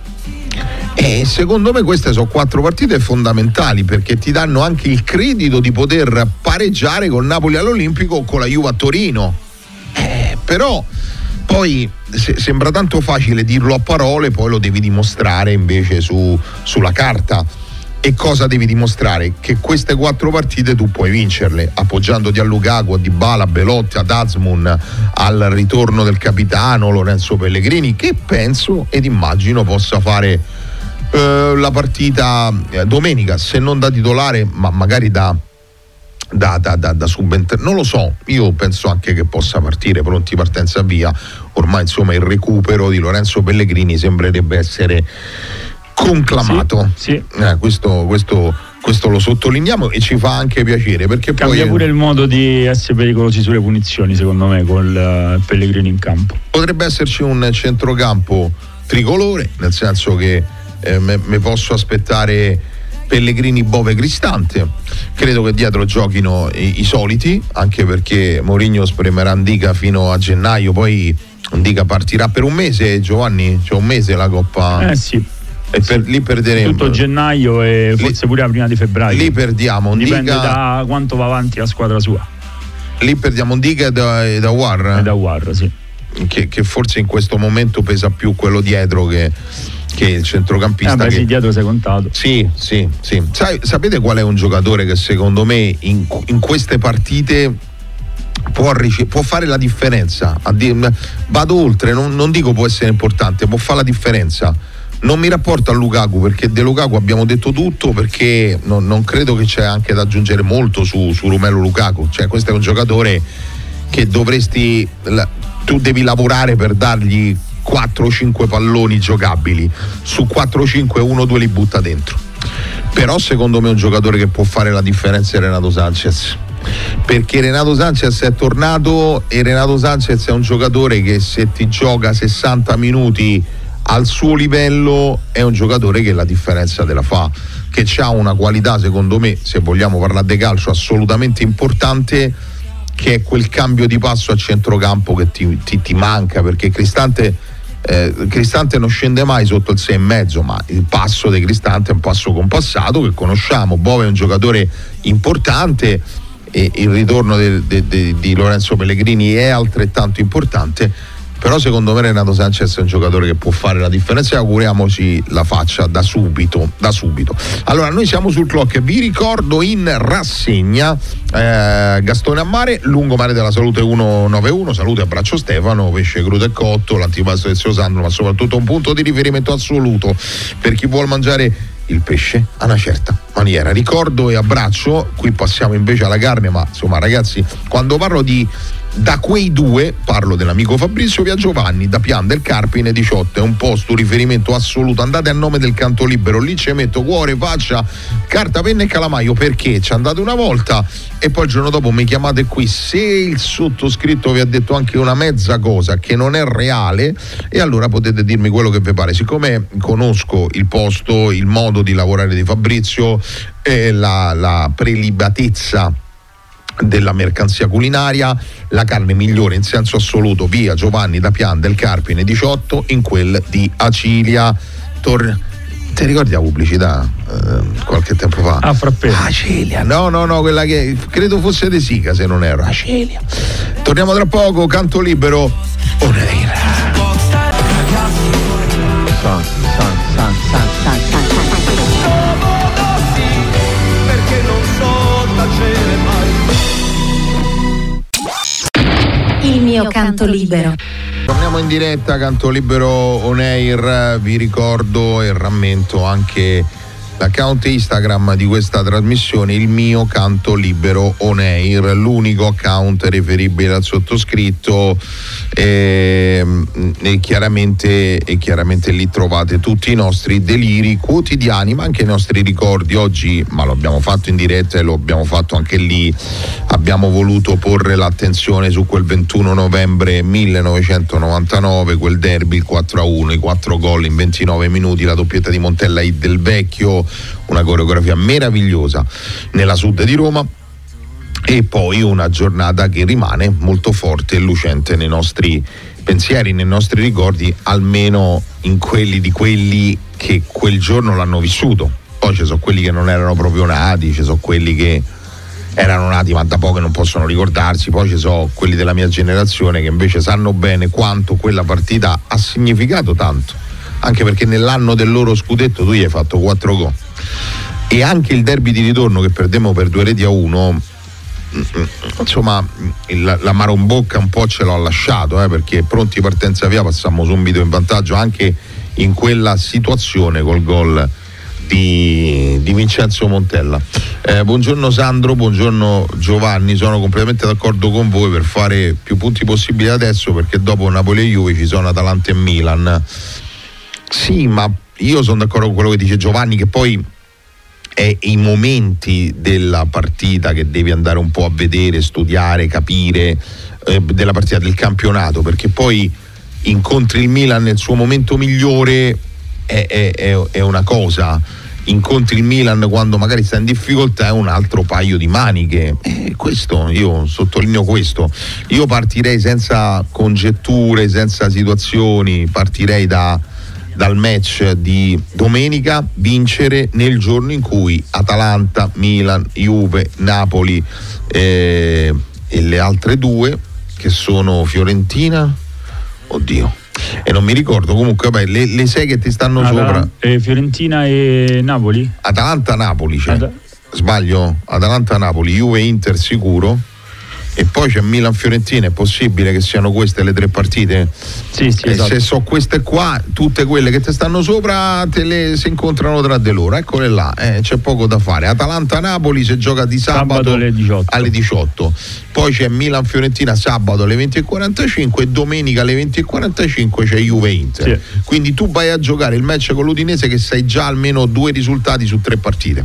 E secondo me queste sono quattro partite fondamentali, perché ti danno anche il credito di poter pareggiare con Napoli all'Olimpico o con la Juve a Torino. Eh, però poi se, sembra tanto facile dirlo a parole, poi lo devi dimostrare invece su, sulla carta. E cosa devi dimostrare? Che queste quattro partite tu puoi vincerle, appoggiandoti a Lukaku, a Dybala, a Belotti, ad Azmoun, al ritorno del capitano Lorenzo Pellegrini, che penso ed immagino possa fare eh, la partita eh, domenica, se non da titolare, ma magari da da, da, da, da subentrare, non lo so, io penso anche che possa partire, pronti partenza via. Ormai insomma il recupero di Lorenzo Pellegrini sembrerebbe essere conclamato, sì, sì. Eh, questo, questo, questo lo sottolineiamo e ci fa anche piacere, perché cambia poi pure il modo di essere pericolosi sulle punizioni, secondo me, con uh, Pellegrini in campo. Potrebbe esserci un centrocampo tricolore, nel senso che eh, me, me posso aspettare Pellegrini, Bove, Cristante. Credo che dietro giochino i, i soliti, anche perché Mourinho spremerà Ndica fino a gennaio, poi Ndica partirà per un mese. Giovanni, c'è un mese la Coppa. Eh sì. E per, lì perderemo tutto gennaio e forse lì, pure la prima di febbraio. Lì perdiamo Ndica, dipende da quanto va avanti la squadra sua. Lì perdiamo Ndica e da, e da War. E da War, sì. Che, che forse in questo momento pesa più quello dietro che, che il centrocampista. Eh beh, che... sì, dietro sei contato. Sì, sì, sì. Sai, sapete qual è un giocatore che secondo me in, in queste partite può, ric- può fare la differenza? Vado oltre, non, non dico può essere importante, può fare la differenza. Non mi rapporto a Lukaku, perché De Lukaku abbiamo detto tutto, perché non, non credo che c'è anche da aggiungere molto su, su Romelu Lukaku. Cioè, questo è un giocatore che dovresti, tu devi lavorare per dargli quattro o cinque palloni giocabili, su quattro o cinque uno o due li butta dentro. Però secondo me è un giocatore che può fare la differenza è Renato Sanchez, perché Renato Sanchez è tornato e Renato Sanchez è un giocatore che se ti gioca sessanta minuti al suo livello è un giocatore che la differenza te la fa, che ha una qualità, secondo me, se vogliamo parlare di calcio, assolutamente importante, che è quel cambio di passo a centrocampo che ti, ti, ti manca, perché Cristante eh, Cristante non scende mai sotto il sei e mezzo, ma il passo di Cristante è un passo compassato che conosciamo. Bove è un giocatore importante e il ritorno de, de, de, di Lorenzo Pellegrini è altrettanto importante. Però secondo me Renato Sanchez è un giocatore che può fare la differenza e auguriamoci la faccia da subito, da subito. Allora, noi siamo sul clock, vi ricordo in rassegna eh, Gastone a Mare, Lungomare della Salute centonovantuno, salute, abbraccio Stefano, pesce crudo e cotto, l'antipasto del Zio Sandro, ma soprattutto un punto di riferimento assoluto per chi vuol mangiare il pesce a una certa maniera. Ricordo e abbraccio, qui passiamo invece alla carne, ma insomma ragazzi, quando parlo di da quei due parlo dell'amico Fabrizio Via Giovanni da Pian del Carpine diciotto, è un posto, un riferimento assoluto. Andate a nome del Canto Libero, lì ci metto cuore, faccia, carta, penna e calamaio, perché ci andate una volta e poi il giorno dopo mi chiamate qui se il sottoscritto vi ha detto anche una mezza cosa che non è reale, e allora potete dirmi quello che vi pare. Siccome conosco il posto, il modo di lavorare di Fabrizio e la, la prelibatezza della mercanzia culinaria, la carne migliore in senso assoluto via Giovanni da Pian del Carpine diciotto, in quel di Acilia. Tor- ti ricordi la pubblicità eh, qualche tempo fa? Ah, frappè. Acilia, no no no, quella che credo fosse De Sica, se non erro. Acilia. Torniamo tra poco, Canto Libero Oneira. San, san, san, san, san, san, perché non so tacere mai. Il mio canto libero. Torniamo Siamo in diretta, Canto Libero On Air, vi ricordo e rammento anche l'account Instagram di questa trasmissione, il mio Canto Libero On Air, l'unico account riferibile al sottoscritto e, e, chiaramente, e chiaramente lì trovate tutti i nostri deliri quotidiani ma anche i nostri ricordi. Oggi, ma lo abbiamo fatto in diretta e lo abbiamo fatto anche lì, abbiamo voluto porre l'attenzione su quel ventuno novembre millenovecentonovantanove, quel derby, il quattro a uno, i quattro gol in ventinove minuti, la doppietta di Montella e Del Vecchio, una coreografia meravigliosa nella sud di Roma, e poi una giornata che rimane molto forte e lucente nei nostri pensieri, nei nostri ricordi, almeno in quelli di quelli che quel giorno l'hanno vissuto. Poi ci sono quelli che non erano proprio nati, ci sono quelli che erano nati ma da poco e non possono ricordarsi, poi ci sono quelli della mia generazione che invece sanno bene quanto quella partita ha significato tanto, anche perché nell'anno del loro scudetto tu gli hai fatto quattro gol, e anche il derby di ritorno che perdemmo per due reti a uno, insomma il, la marombocca un po' ce l'ho lasciato, eh, perché pronti partenza via passammo subito in vantaggio anche in quella situazione col gol di, di Vincenzo Montella. Eh, buongiorno Sandro, buongiorno Giovanni, sono completamente d'accordo con voi per fare più punti possibili adesso, perché dopo Napoli e Juve ci sono Atalanta e Milan. Sì, ma io sono d'accordo con quello che dice Giovanni, che poi è i momenti della partita che devi andare un po' a vedere, studiare, capire, eh, della partita del campionato, perché poi incontri il Milan nel suo momento migliore è, è, è, è una cosa, incontri il Milan quando magari sta in difficoltà è un altro paio di maniche. E questo, io sottolineo questo, io partirei senza congetture, senza situazioni, partirei da dal match di domenica, vincere nel giorno in cui Atalanta, Milan, Juve, Napoli eh, e le altre due che sono Fiorentina, oddio, e non mi ricordo, comunque vabbè, le, le sei che ti stanno Atal- sopra eh, Fiorentina e Napoli? Atalanta-Napoli, cioè. Ad- sbaglio, Atalanta-Napoli, Juve-Inter sicuro, e poi c'è Milan-Fiorentina. È possibile che siano queste le tre partite? Sì, sì, e esatto. Se so queste qua, tutte quelle che ti stanno sopra te le si incontrano tra di loro, eccole là, eh, c'è poco da fare. Atalanta-Napoli si gioca di sabato, sabato alle diciotto. alle diciotto, poi c'è Milan-Fiorentina sabato alle venti e quarantacinque e domenica alle venti e quarantacinque c'è Juve-Inter, sì. Quindi tu vai a giocare il match con l'Udinese che sai già almeno due risultati su tre partite,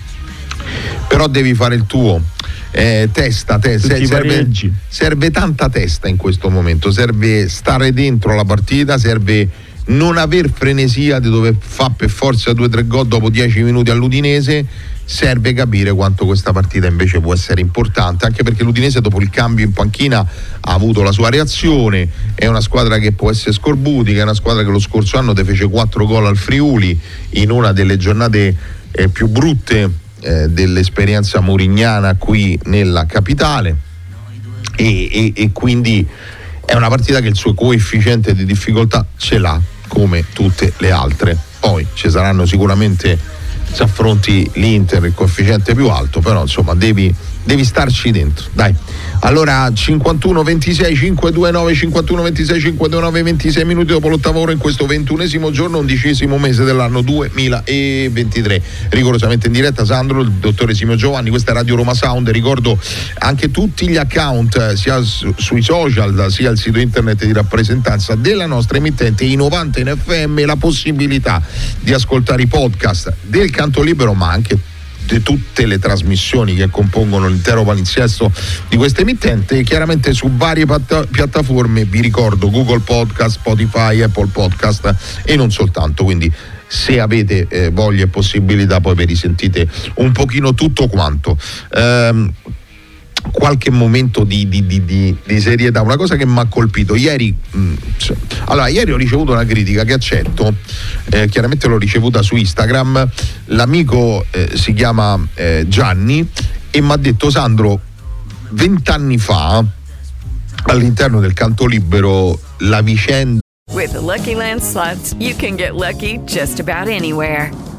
però devi fare il tuo. Eh, testa, testa serve, serve tanta testa in questo momento, serve stare dentro la partita, serve non aver frenesia di dover fare per forza due o tre gol dopo dieci minuti all'Udinese, serve capire quanto questa partita invece può essere importante, anche perché l'Udinese dopo il cambio in panchina ha avuto la sua reazione, è una squadra che può essere scorbutica, è una squadra che lo scorso anno te fece quattro gol al Friuli in una delle giornate eh, più brutte Eh, dell'esperienza murignana qui nella capitale, e, e, e quindi è una partita che il suo coefficiente di difficoltà ce l'ha come tutte le altre. Poi ci saranno sicuramente, se affronti l'Inter, il coefficiente più alto, però insomma devi, devi starci dentro, dai. Allora cinquantuno ventisei cinquecentonovantanove cinquantuno ventisei cinquecentonovantanove, ventisei minuti dopo l'ottava ora in questo ventunesimo giorno, undicesimo mese dell'anno duemilaventitré, rigorosamente in diretta Sandro, il dottore Simio Giovanni, questa è Radio Roma Sound. Ricordo anche tutti gli account sia su, sui social sia il sito internet di rappresentanza della nostra emittente, i novanta in F M, la possibilità di ascoltare i podcast del Canto Libero ma anche di tutte le trasmissioni che compongono l'intero palinsesto di questa emittente, chiaramente su varie pat- piattaforme, vi ricordo Google Podcast, Spotify, Apple Podcast e non soltanto, quindi se avete eh, voglia e possibilità poi vi risentite un pochino tutto quanto. Ehm, qualche momento di, di, di, di, di serietà, una cosa che mi ha colpito ieri, mh, cioè, allora ieri ho ricevuto una critica che accetto, eh, chiaramente l'ho ricevuta su Instagram, l'amico eh, si chiama eh, Gianni e mi ha detto: Sandro, vent'anni fa all'interno del Canto Libero la vicenda With the Lucky Land Slots you can get lucky just about anywhere.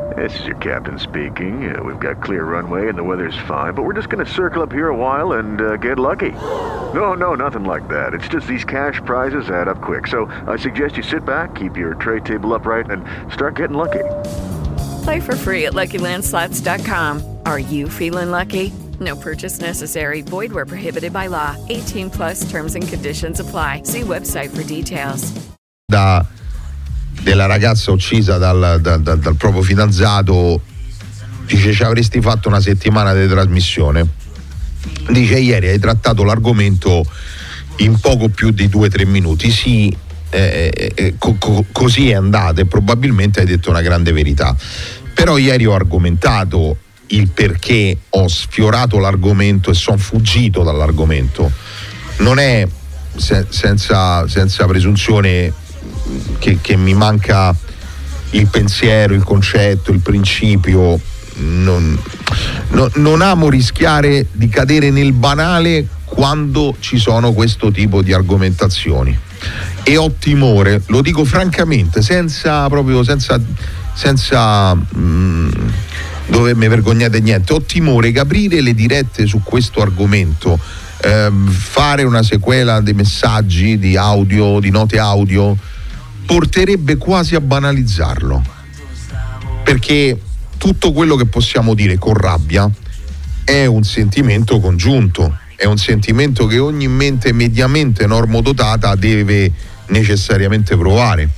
This is your captain speaking. Uh, we've got clear runway and the weather's fine, but we're just going to circle up here a while and uh, get lucky. No, no, nothing like that. It's just these cash prizes add up quick. So I suggest you sit back, keep your tray table upright, and start getting lucky. Play for free at Lucky Land Slots dot com. Are you feeling lucky? No purchase necessary. Void where prohibited by law. eighteen plus terms and conditions apply. See website for details. Da, della ragazza uccisa dal, dal, dal, dal proprio fidanzato, dice: ci avresti fatto una settimana di trasmissione. Dice: ieri hai trattato l'argomento in poco più di due o tre minuti. Sì, eh, eh, co- co- così è andata e probabilmente hai detto una grande verità. Però ieri ho argomentato il perché ho sfiorato l'argomento e sono fuggito dall'argomento. Non è se- senza, senza presunzione che, che mi manca il pensiero, il concetto, il principio. Non, no, non amo rischiare di cadere nel banale quando ci sono questo tipo di argomentazioni e ho timore, lo dico francamente, senza proprio senza senza mh, dovermi vergognare niente, ho timore che aprire le dirette su questo argomento, ehm, fare una sequela di messaggi, di audio, di note audio, porterebbe quasi a banalizzarlo, perché tutto quello che possiamo dire con rabbia è un sentimento congiunto, è un sentimento che ogni mente mediamente normodotata deve necessariamente provare.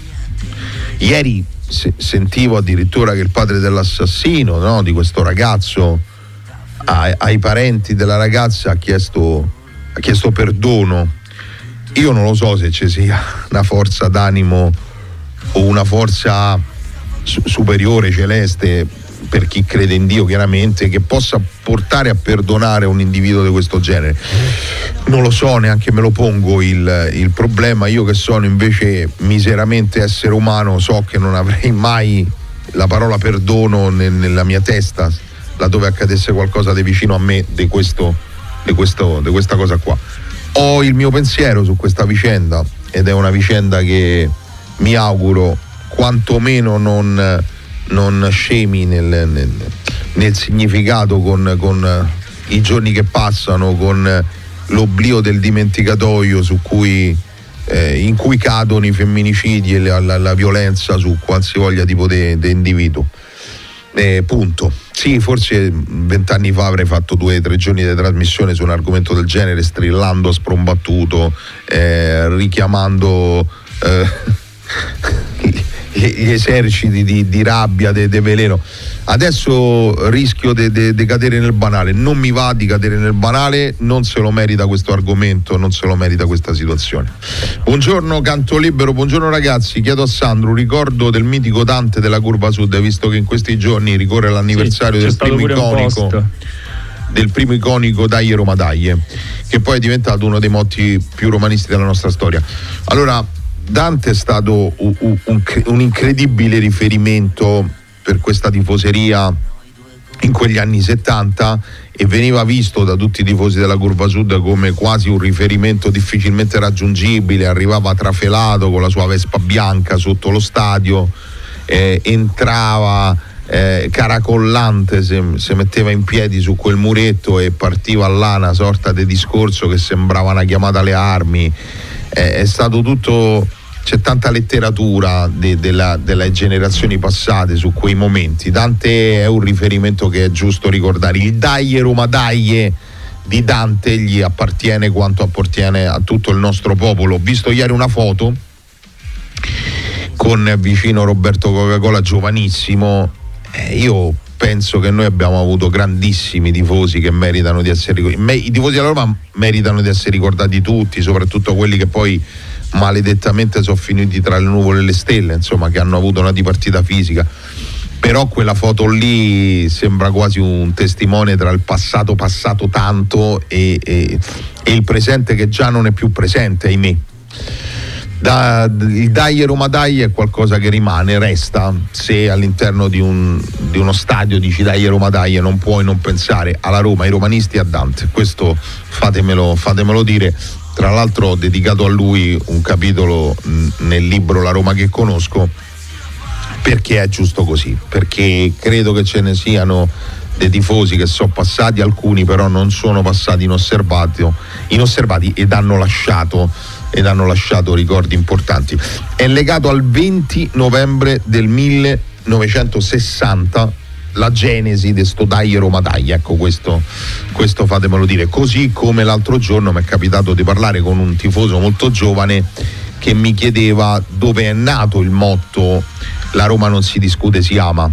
Ieri se- sentivo addirittura che il padre dell'assassino, no, di questo ragazzo, ai, ai parenti della ragazza ha chiesto, ha chiesto perdono. Io non lo so se ci sia una forza d'animo o una forza su- superiore, celeste, per chi crede in Dio chiaramente, che possa portare a perdonare un individuo di questo genere. Non lo so, neanche me lo pongo il, il problema. Io che sono invece miseramente essere umano, so che non avrei mai la parola perdono nel, nella mia testa laddove accadesse qualcosa di vicino a me di questo, di questo, di questa cosa qua. Ho il mio pensiero su questa vicenda ed è una vicenda che mi auguro quantomeno non non scemi nel, nel, nel significato con, con i giorni che passano, con l'oblio del dimenticatoio su cui, eh, in cui cadono i femminicidi e la, la, la violenza su qualsivoglia tipo di individuo. Eh, punto. Sì, forse vent'anni fa avrei fatto due o tre giorni di trasmissione su un argomento del genere, strillando a sprombattuto, eh, richiamando eh, gli eserciti di, di rabbia, di veleno. Adesso rischio di cadere nel banale, non mi va di cadere nel banale, non se lo merita questo argomento, non se lo merita questa situazione. Buongiorno Canto Libero, buongiorno ragazzi, chiedo a Sandro un ricordo del mitico Dante della Curva Sud, visto che in questi giorni ricorre l'anniversario sì, del primo iconico del primo iconico Dai Roma Dai, che poi è diventato uno dei motti più romanisti della nostra storia. Allora, Dante è stato un, un, un incredibile riferimento per questa tifoseria in quegli anni settanta e veniva visto da tutti i tifosi della Curva Sud come quasi un riferimento difficilmente raggiungibile. Arrivava trafelato con la sua Vespa bianca sotto lo stadio, eh, entrava eh, caracollante, se, se metteva in piedi su quel muretto e partiva là una sorta di discorso che sembrava una chiamata alle armi. Eh, è stato tutto, c'è tanta letteratura de, de la, delle generazioni passate su quei momenti. Dante è un riferimento che è giusto ricordare. Il Dai Roma Dai di Dante gli appartiene quanto appartiene a tutto il nostro popolo. Ho visto ieri una foto con vicino Roberto Coca-Cola giovanissimo. Eh, io penso che noi abbiamo avuto grandissimi tifosi che meritano di essere ricordati. I tifosi della Roma meritano di essere ricordati tutti, soprattutto quelli che poi maledettamente sono finiti tra le nuvole e le stelle, insomma, che hanno avuto una dipartita fisica. Però quella foto lì sembra quasi un testimone tra il passato passato tanto e, e, e il presente che già non è più presente, ahimè. Da, il Dai Roma Dai è qualcosa che rimane, resta. Se all'interno di, un, di uno stadio dici Dai Roma Dai, non puoi non pensare alla Roma, ai romanisti e a Dante. Questo fatemelo, fatemelo dire. Tra l'altro ho dedicato a lui un capitolo nel libro La Roma che conosco, perché è giusto così, perché credo che ce ne siano dei tifosi che sono passati, alcuni però non sono passati inosservati, inosservati ed hanno lasciato ed hanno lasciato ricordi importanti. È legato al venti novembre del millenovecentosessanta la genesi di sto Dai Roma Dai, ecco, questo, questo fatemelo dire, così come l'altro giorno mi è capitato di parlare con un tifoso molto giovane che mi chiedeva dove è nato il motto "la Roma non si discute, si ama",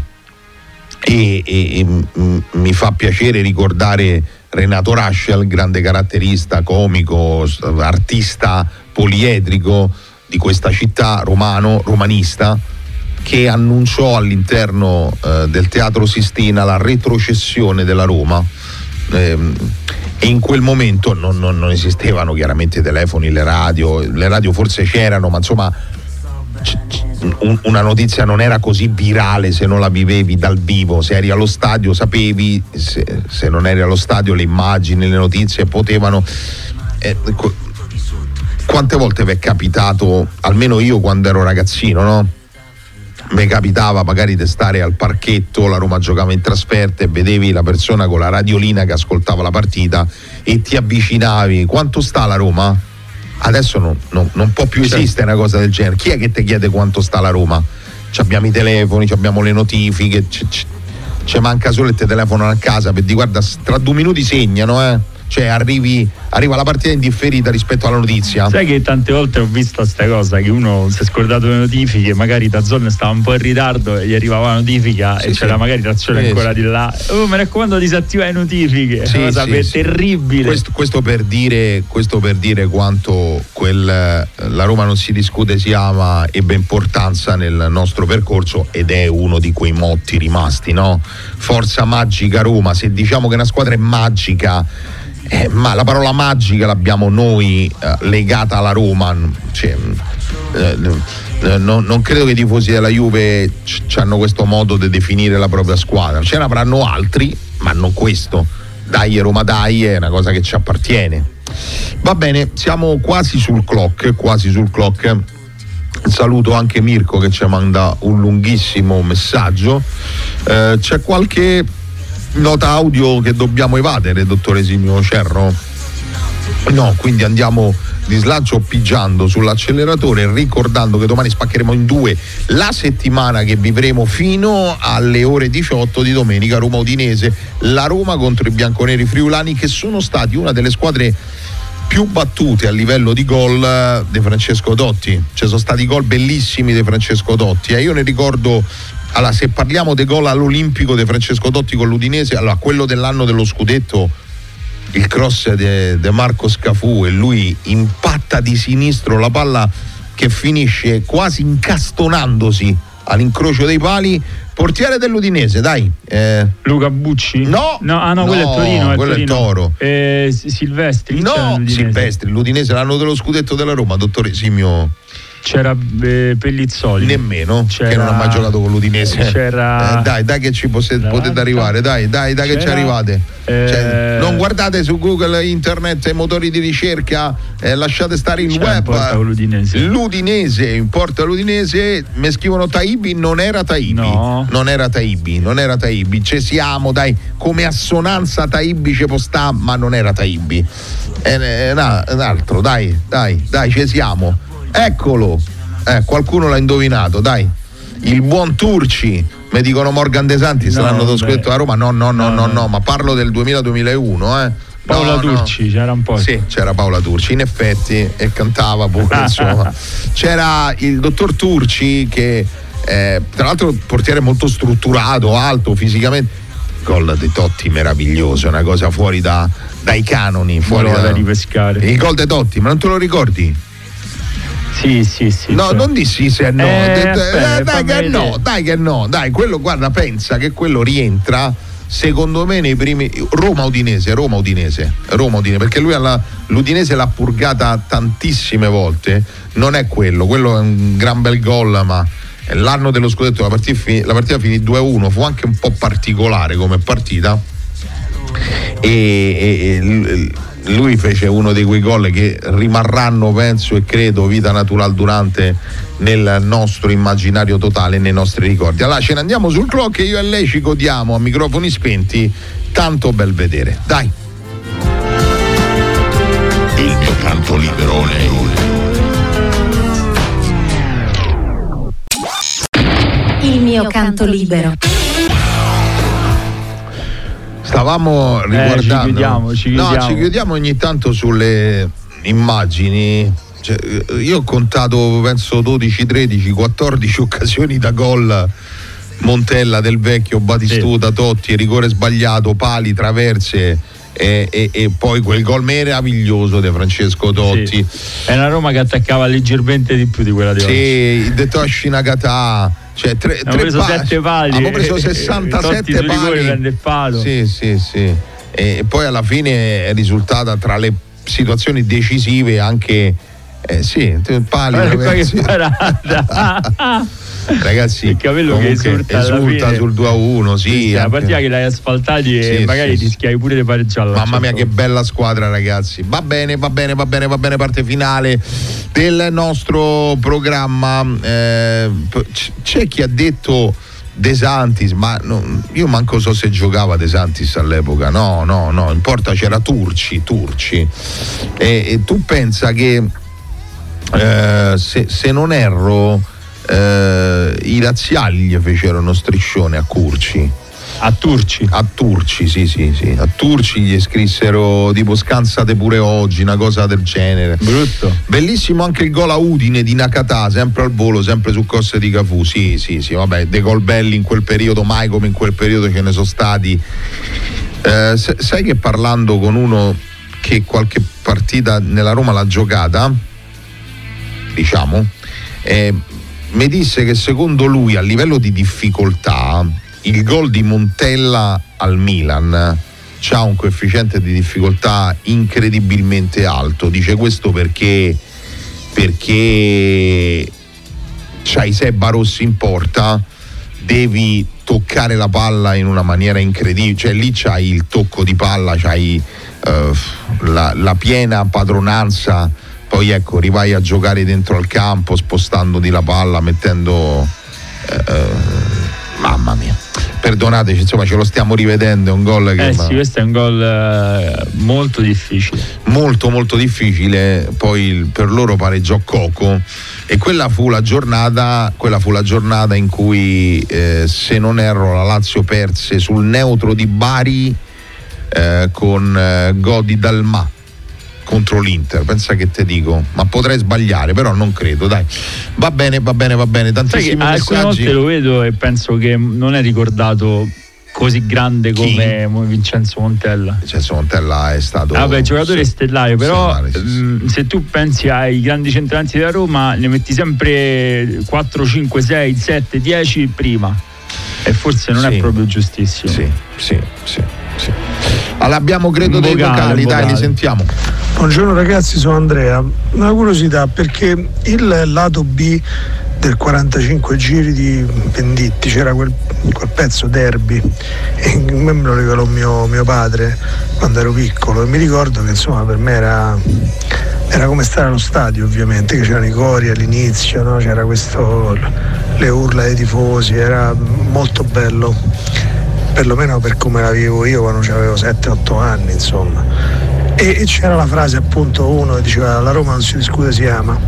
e, e, e m- mi fa piacere ricordare Renato Raschel, grande caratterista, comico, artista poliedrico di questa città, romano, romanista, che annunciò all'interno eh, del Teatro Sistina la retrocessione della Roma, ehm, e in quel momento non, non, non esistevano chiaramente i telefoni, le radio, le radio forse c'erano, ma insomma c- c- un, una notizia non era così virale se non la vivevi dal vivo. Se eri allo stadio sapevi, se, se non eri allo stadio le immagini, le notizie potevano... Eh, co- quante volte vi è capitato, almeno io quando ero ragazzino, no? Mi capitava magari di stare al parchetto, la Roma giocava in trasferta e vedevi la persona con la radiolina che ascoltava la partita e ti avvicinavi. Quanto sta la Roma? Adesso non, non, non può più esistere una cosa del genere. Chi è che ti chiede quanto sta la Roma? Ci abbiamo i telefoni, ci abbiamo le notifiche, ci, ci, ci manca solo il te telefono a casa per dire guarda, tra due minuti segnano, eh. Cioè arrivi, arriva la partita indifferita rispetto alla notizia. Sai che tante volte ho visto sta cosa, che uno si è scordato le notifiche, magari Dazzone stava un po' in ritardo e gli arrivava la notifica, sì, e c'era sì. magari Dazzone sì, ancora sì. di là, oh mi raccomando disattiva le notifiche, sì, una cosa sì, sì. terribile. Questo, questo per dire questo per dire quanto quel la Roma non si discute, si ama ebbe importanza nel nostro percorso, ed è uno di quei motti rimasti, no? Forza magica Roma. Se diciamo che una squadra è magica, Eh, ma la parola magica l'abbiamo noi eh, legata alla Roma, cioè, eh, eh, no, non credo che i tifosi della Juve c- hanno questo modo di definire la propria squadra. Ce ne avranno altri, ma non questo. Dai Roma Dai è una cosa che ci appartiene. Va bene, siamo quasi sul clock, quasi sul clock. Saluto anche Mirko che ci manda un lunghissimo messaggio. Eh, c'è qualche nota audio che dobbiamo evadere, dottore Esimio Cerro? No, quindi andiamo di slancio pigiando sull'acceleratore, ricordando che domani spaccheremo in due la settimana che vivremo fino alle ore diciotto di domenica. Roma Udinese, la Roma contro i bianconeri friulani, che sono stati una delle squadre più battute a livello di gol di Francesco Totti. Ci sono stati gol bellissimi di Francesco Totti, e io ne ricordo. Allora, se parliamo dei gol all'Olimpico di Francesco Totti con l'Udinese, allora quello dell'anno dello scudetto, il cross di Marco Scafù, e lui impatta di sinistro la palla che finisce quasi incastonandosi all'incrocio dei pali. Portiere dell'Udinese, dai. Eh. Luca Bucci? No, no, ah no, no, quello è Torino. È quello Torino. è Toro. Eh, Silvestri? No, Silvestri, l'Udinese l'anno dello scudetto della Roma, dottore Simio. C'era eh, Pellizzoli. Nemmeno, c'era, che non ha mai giocato con l'Udinese. C'era, eh, dai, dai che ci posse, potete arrivare, dai, dai, dai che ci arrivate. Eh, cioè, non guardate su Google, internet e motori di ricerca, eh, lasciate stare il web. L'Udinese. L'Udinese, importa l'Udinese, mi scrivono Taibi, non era Taibi. No. Non era Taibi, non era Taibi. Ci siamo, dai, come assonanza Taibi ci può sta, ma non era Taibi. È un altro, dai, dai, dai, ci siamo. Eccolo, eh, qualcuno l'ha indovinato, dai. Il buon Turci, mi dicono Morgan De Santis, no, l'hanno scritto a Roma. No, no, no, no, no, no, ma parlo del duemila-duemilauno, eh. Paola no, Turci, no. C'era un po'. Sì, c'era Paola Turci, in effetti, e cantava pure, insomma. C'era il dottor Turci che, eh, tra l'altro, portiere molto strutturato, alto fisicamente. Gol di Totti meraviglioso, è una cosa fuori da, dai canoni, fuori da, da ripescare. Il gol di Totti, ma non te lo ricordi? Sì, sì, sì. No, cioè. non dissi se no. Eh, eh, aspetta, dai che vedere. no, dai che no, dai, quello guarda, pensa che quello rientra secondo me nei primi Roma Udinese, Roma Udinese, Roma Udinese, perché lui alla, l'Udinese l'ha purgata tantissime volte, non è quello, quello è un gran bel gol, ma l'anno dello scudetto la partita, fin- la partita finì due a uno, fu anche un po' particolare come partita, e, e, e lui fece uno di quei gol che rimarranno, penso e credo, vita natural durante nel nostro immaginario totale, nei nostri ricordi. Allora ce ne andiamo sul clock e io e lei ci godiamo a microfoni spenti tanto bel vedere. Dai. Il mio canto liberone. Il mio canto libero. Stavamo riguardando. Eh, ci chiudiamo, ci chiudiamo. No, ci chiudiamo ogni tanto sulle immagini. Cioè, io ho contato penso dodici, tredici, quattordici occasioni da gol. Montella, Del Vecchio, Batistuta, sì. Totti, rigore sbagliato, pali, traverse. E, e, e poi quel gol meraviglioso di Francesco Totti. Sì. È una Roma che attaccava leggermente di più di quella di sì, oggi. Sì, il Detoshi Nagata. Cioè, tre, abbiamo tre preso pa- sette pali. Abbiamo preso sessantasette pali. Prende il palo. Sì, sì, sì. E poi alla fine è risultata tra le situazioni decisive anche. Eh, sì, pali. Ragazzi. Ragazzi, il capello che esulta, esulta sul due a uno, sì, sì, la partita che l'hai asfaltati sì, e magari sì, rischiavi pure di pareggiare. Mamma mia, che bella squadra, ragazzi. Va bene, va bene, va bene, va bene. Parte finale del nostro programma. Eh, c'è chi ha detto De Santis, ma no, io manco so se giocava De Santis all'epoca. No, no, no, in porta c'era Turci, Turci. E, e tu pensa che eh, se, se non erro. Uh, i razziali gli fecero uno striscione a Curci. A Turci? A Turci, sì, sì, sì. A Turci gli scrissero tipo scansate pure oggi, una cosa del genere. Brutto. Bellissimo anche il gol a Udine di Nakata, sempre al volo, sempre su Cosse di Cafù. Sì, sì, sì, vabbè, dei gol belli in quel periodo, mai come in quel periodo ce ne sono stati. Uh, sai che parlando con uno che qualche partita nella Roma l'ha giocata, diciamo, eh, mi disse che secondo lui a livello di difficoltà il gol di Montella al Milan c'ha un coefficiente di difficoltà incredibilmente alto. Dice questo perché perché c'hai Seba Rossi in porta, devi toccare la palla in una maniera incredibile, cioè lì c'hai il tocco di palla, c'hai uh, la, la piena padronanza. Poi ecco, rivai a giocare dentro al campo, spostandoti la palla, mettendo eh, eh, mamma mia, perdonateci, insomma ce lo stiamo rivedendo, è un gol che eh sì, questo è un gol eh, molto difficile, molto molto difficile. Poi per loro pareggiò Coco e quella fu la giornata quella fu la giornata in cui eh, se non erro la Lazio perse sul neutro di Bari eh, con eh, Godi Dalmà contro l'Inter. Pensa che te dico, ma potrei sbagliare, però non credo, dai. Va bene, va bene, va bene, tantissimi messaggi. Alcune volte lo vedo e penso che non è ricordato così grande come Chi? Vincenzo Montella. Vincenzo Montella è stato ah beh, giocatore sì, stellario, però stellare, sì, sì. Mh, se tu pensi ai grandi centravanti della Roma ne metti sempre quattro, cinque, sei, sette, dieci prima e forse non sì. è proprio giustissimo. Sì, sì, sì, sì. Allora abbiamo credo dei vocali, dai, li sentiamo. Buongiorno ragazzi, sono Andrea. Una curiosità, perché il lato B del quarantacinque giri di Venditti c'era quel, quel pezzo Derby e me lo regalò mio, mio padre quando ero piccolo e mi ricordo che insomma per me era, era come stare allo stadio, ovviamente, che c'erano i cori all'inizio, no? C'era questo, le urla dei tifosi, era molto bello, perlomeno per come la vivevo io quando avevo sette otto anni, insomma. E c'era la frase, appunto, uno diceva la Roma non si discute, si ama.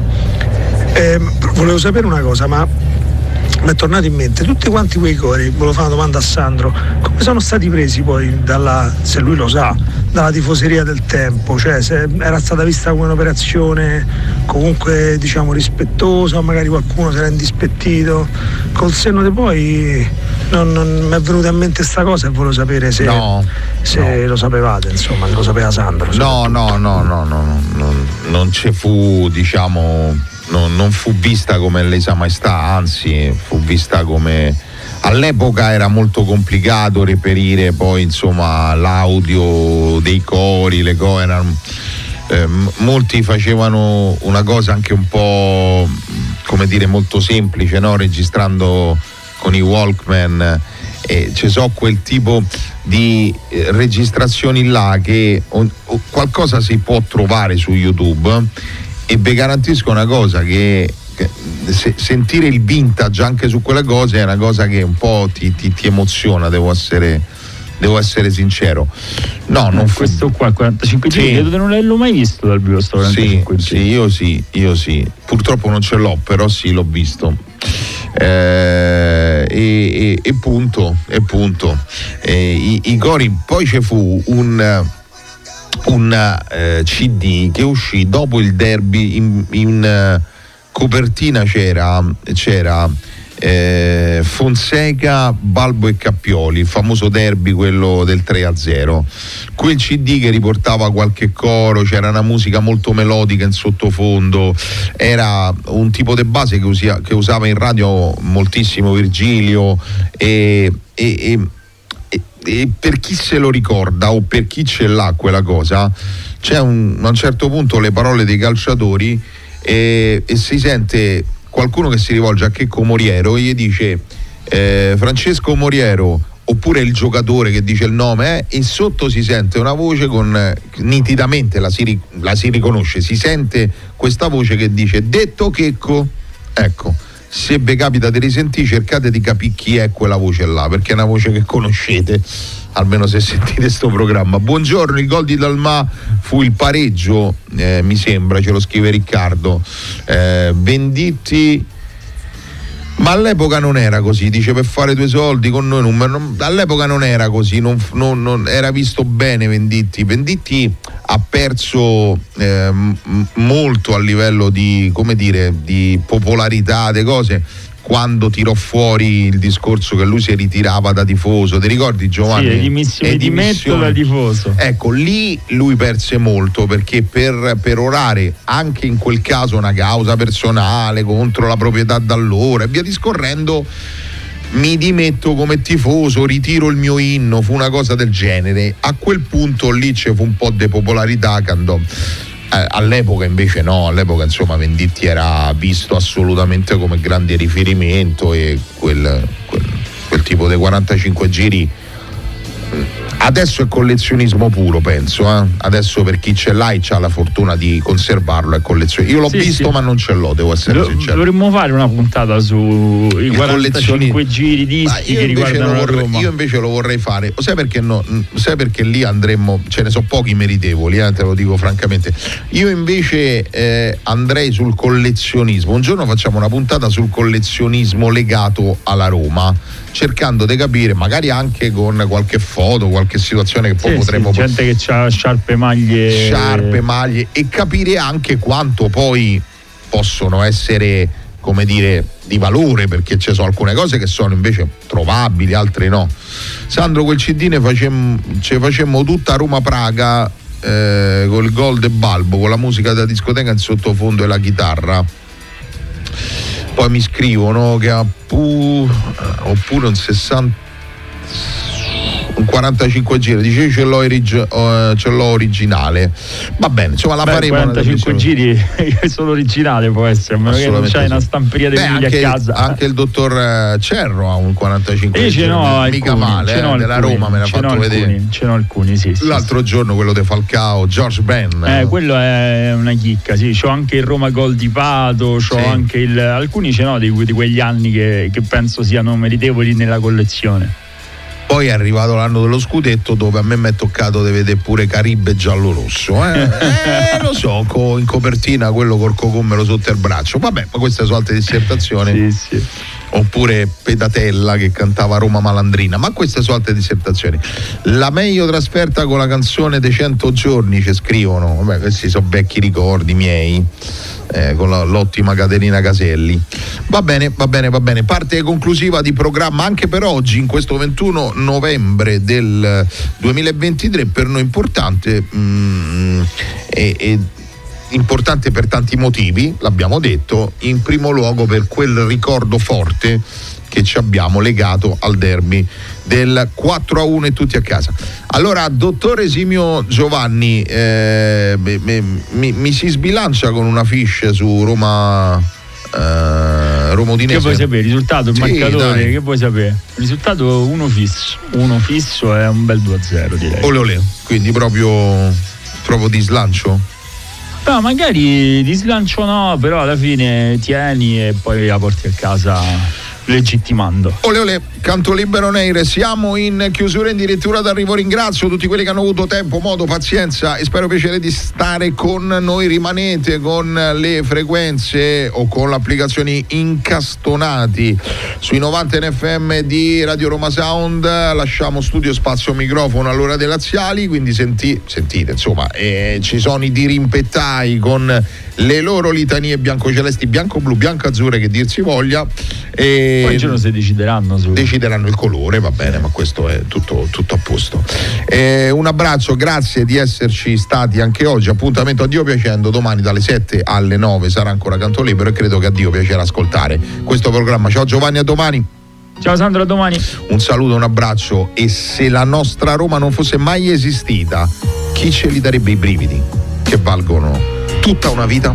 Eh, volevo sapere una cosa, ma mi è tornato in mente tutti quanti quei cori, volevo fare una domanda a Sandro, come sono stati presi poi dalla, se lui lo sa, dalla tifoseria del tempo, cioè se era stata vista come un'operazione comunque diciamo rispettosa, magari qualcuno si era indispettito, col senno di poi non, non mi è venuta in mente sta cosa e volevo sapere se, no, se no. lo sapevate, insomma, se lo sapeva Sandro. No, no, no, no, no, no, no, non ci fu, diciamo, no, non fu vista come lesa maestà, anzi fu vista come, all'epoca era molto complicato reperire poi insomma l'audio dei cori, le cose erano, eh, molti facevano una cosa anche un po' come dire molto semplice, no? Registrando con i Walkman, e ci so quel tipo di eh, registrazioni là che o, o qualcosa si può trovare su YouTube e vi garantisco una cosa, che se, sentire il vintage anche su quelle cose è una cosa che un po' ti, ti, ti emoziona, devo essere devo essere sincero. No, non fu... questo qua quarantacinque giri, credo che non l'ho mai visto dal vivo sto quarantacinque sì, sì, io sì, io sì. Purtroppo non ce l'ho, però sì, l'ho visto. Eh, e, e, e punto, e punto. Eh, i, i cori, poi ci fu un un eh, C D che uscì dopo il derby, in, in uh, copertina c'era c'era eh, Fonseca, Balbo e Cappioli, il famoso derby, quello del tre a zero. Quel C D che riportava qualche coro, c'era una musica molto melodica in sottofondo, era un tipo di base che, usia, che usava in radio moltissimo Virgilio e, e, e e per chi se lo ricorda o per chi ce l'ha quella cosa, c'è un, a un certo punto le parole dei calciatori e, e si sente qualcuno che si rivolge a Checco Moriero e gli dice eh, Francesco Moriero, oppure il giocatore che dice il nome eh, e sotto si sente una voce con eh, nitidamente la si, la si riconosce, si sente questa voce che dice detto Checco. Ecco, se vi capita di risentire, cercate di capire chi è quella voce là, perché è una voce che conoscete, almeno se sentite sto programma. Buongiorno, il gol di Dalmà fu il pareggio, eh, mi sembra, ce lo scrive Riccardo. eh, Venditti, ma all'epoca non era così, dice per fare due soldi con noi non, non, all'epoca non era così, non, non, non era visto bene Venditti. Venditti ha perso eh, m- molto a livello di, come dire, di popolarità, de cose, quando tirò fuori il discorso che lui si ritirava da tifoso. Ti ricordi, Giovanni? Sì, le dimissioni, dimetto da tifoso. Ecco, lì lui perse molto, perché per perorare anche in quel caso una causa personale contro la proprietà d'allora e via discorrendo, mi dimetto come tifoso, ritiro il mio inno, fu una cosa del genere. A quel punto lì c'è fu un po' di popolarità che andò. Eh, all'epoca invece no, all'epoca insomma Venditti era visto assolutamente come grande riferimento e quel, quel, quel tipo di quarantacinque giri adesso è collezionismo puro, penso, eh? Adesso per chi ce l'ha e c'ha la fortuna di conservarlo è collezione. Io l'ho sì, visto sì. ma non ce l'ho, devo essere Lo, sincero. Dovremmo fare una puntata sui quarantacinque giri dischi che riguardano la Roma. Io invece lo vorrei fare, sai perché no? Sai perché lì andremmo, ce ne so pochi meritevoli, eh? Te lo dico francamente. Io invece eh, andrei sul collezionismo. Un giorno facciamo una puntata sul collezionismo legato alla Roma, cercando di capire, magari anche con qualche foto, qualche situazione che poi sì, potremmo sì, gente che ha sciarpe maglie sciarpe maglie e capire anche quanto poi possono essere, come dire, di valore, perché ci sono alcune cose che sono invece trovabili, altre no. Sandro, quel C D ne facemmo, ci facemmo tutta Roma-Praga eh, col gol de Balbo, con la musica da discoteca in sottofondo e la chitarra. Poi mi scrivono che ha pu- oppure un sessanta un quarantacinque giri, dice io ce l'ho, origi- uh, ce l'ho originale. Va bene, insomma la Beh, faremo. quarantacinque giri solo originale può essere, ma che non c'hai sì. una stamperia di Beh, anche, a casa. Anche il dottor Cerro ha un quarantacinque giri, no, mica alcuni, male, eh, della Roma me l'ha fatto alcuni, vedere. Ce n'ho alcuni, sì. L'altro sì, giorno quello di Falcao, George Ben. Eh, quello è una chicca, sì. C'ho anche il Roma Gol di Pato, c'ho sì. anche il. Alcuni ce n'ho di, di quegli anni che, che penso siano meritevoli nella collezione. Poi è arrivato l'anno dello scudetto, dove a me mi è toccato di vedere pure Caribe giallo-rosso. Eh, eh lo so, co- in copertina quello col cocommelo sotto il braccio. Vabbè, ma queste sono altre dissertazioni. sì, sì. Oppure Pedatella che cantava Roma Malandrina, ma queste sono altre dissertazioni. La meglio trasferta con la canzone dei cento giorni, ci scrivono. Vabbè, questi sono vecchi ricordi miei. Eh, con la, l'ottima Caterina Caselli. Va bene, va bene, va bene. Parte conclusiva di programma anche per oggi, in questo ventuno novembre del duemilaventitré, per noi importante mm, e, e importante per tanti motivi, l'abbiamo detto, in primo luogo per quel ricordo forte che ci abbiamo legato al derby del quattro a uno e tutti a casa. Allora, dottore Esimio Giovanni, eh, mi, mi, mi si sbilancia con una fiche su Roma eh, Roma Udinese. Che vuoi sapere? Il risultato, il sì, marcatore, dai. Che vuoi sapere? Il risultato uno fisso, uno fisso è un bel due a zero, direi. Ole ole, quindi proprio proprio di slancio? No, magari ti slancio no, però alla fine tieni e poi la porti a casa legittimando. Ole ole, Canto Libero Neire, siamo in chiusura, addirittura d'arrivo. Ringrazio tutti quelli che hanno avuto tempo, modo, pazienza e spero piacere di stare con noi. Rimanete con le frequenze o con le applicazioni incastonati sui novanta in F M di Radio Roma Sound. Lasciamo studio, spazio, microfono all'ora dei laziali, quindi senti, sentite insomma, eh, ci sono i dirimpettai con le loro litanie biancocelesti, bianco-blu, bianco-azzurre, che dir si voglia. E poi un giorno si decideranno su. decideranno il colore, va bene, ma questo è tutto, tutto a posto. E un abbraccio, grazie di esserci stati anche oggi. Appuntamento a Dio piacendo, domani dalle sette alle nove sarà ancora Canto Libero e credo che a Dio piacerà ascoltare questo programma. Ciao Giovanni, a domani. Ciao Sandro, a domani. Un saluto, un abbraccio, e se la nostra Roma non fosse mai esistita, chi ce li darebbe i brividi che valgono tutta una vita?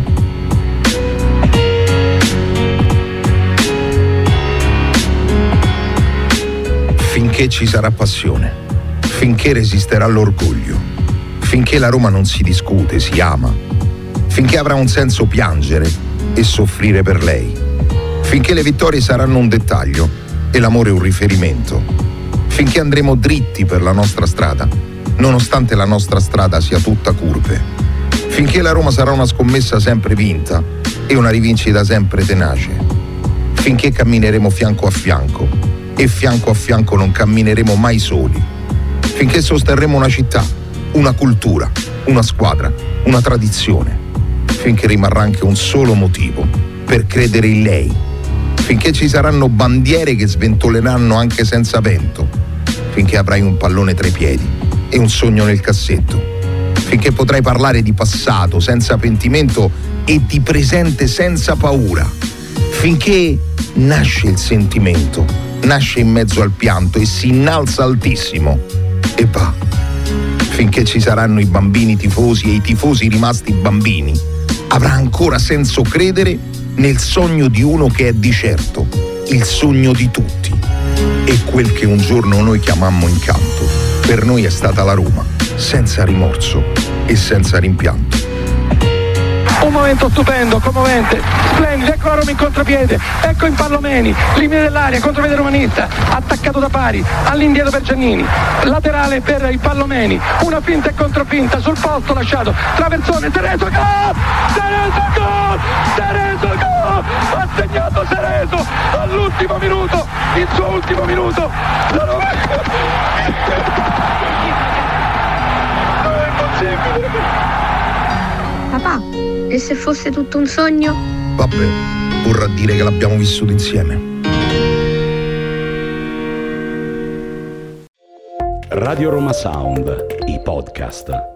Finché ci sarà passione, finché resisterà l'orgoglio, finché la Roma non si discute, si ama, finché avrà un senso piangere e soffrire per lei, finché le vittorie saranno un dettaglio e l'amore un riferimento, finché andremo dritti per la nostra strada, nonostante la nostra strada sia tutta curve, finché la Roma sarà una scommessa sempre vinta e una rivincita sempre tenace, finché cammineremo fianco a fianco e fianco a fianco non cammineremo mai soli, finché sosterremo una città, una cultura, una squadra, una tradizione, finché rimarrà anche un solo motivo per credere in lei, finché ci saranno bandiere che sventoleranno anche senza vento, finché avrai un pallone tra i piedi e un sogno nel cassetto, finché potrai parlare di passato senza pentimento e di presente senza paura, finché nasce il sentimento, nasce in mezzo al pianto e si innalza altissimo e va, finché ci saranno i bambini tifosi e i tifosi rimasti bambini, avrà ancora senso credere nel sogno di uno che è di certo il sogno di tutti, e quel che un giorno noi chiamammo incanto per noi è stata la Roma, senza rimorso e senza rimpianto. Un momento stupendo, commovente, splendido, ecco la Roma in contropiede, ecco in Pallomeni, limite dell'area, contropiede romanista, attaccato da pari, all'indietro per Giannini, laterale per i Pallomeni, una finta e controfinta sul posto lasciato, traversone, Sereso, gol! Sereso, gol! Sereso, gol! Ha segnato Sereso all'ultimo minuto, il suo ultimo minuto, la Roma... Non è possibile! Papà, e se fosse tutto un sogno? Vabbè, vorrà dire che l'abbiamo vissuto insieme. Radio Roma Sound, i podcast.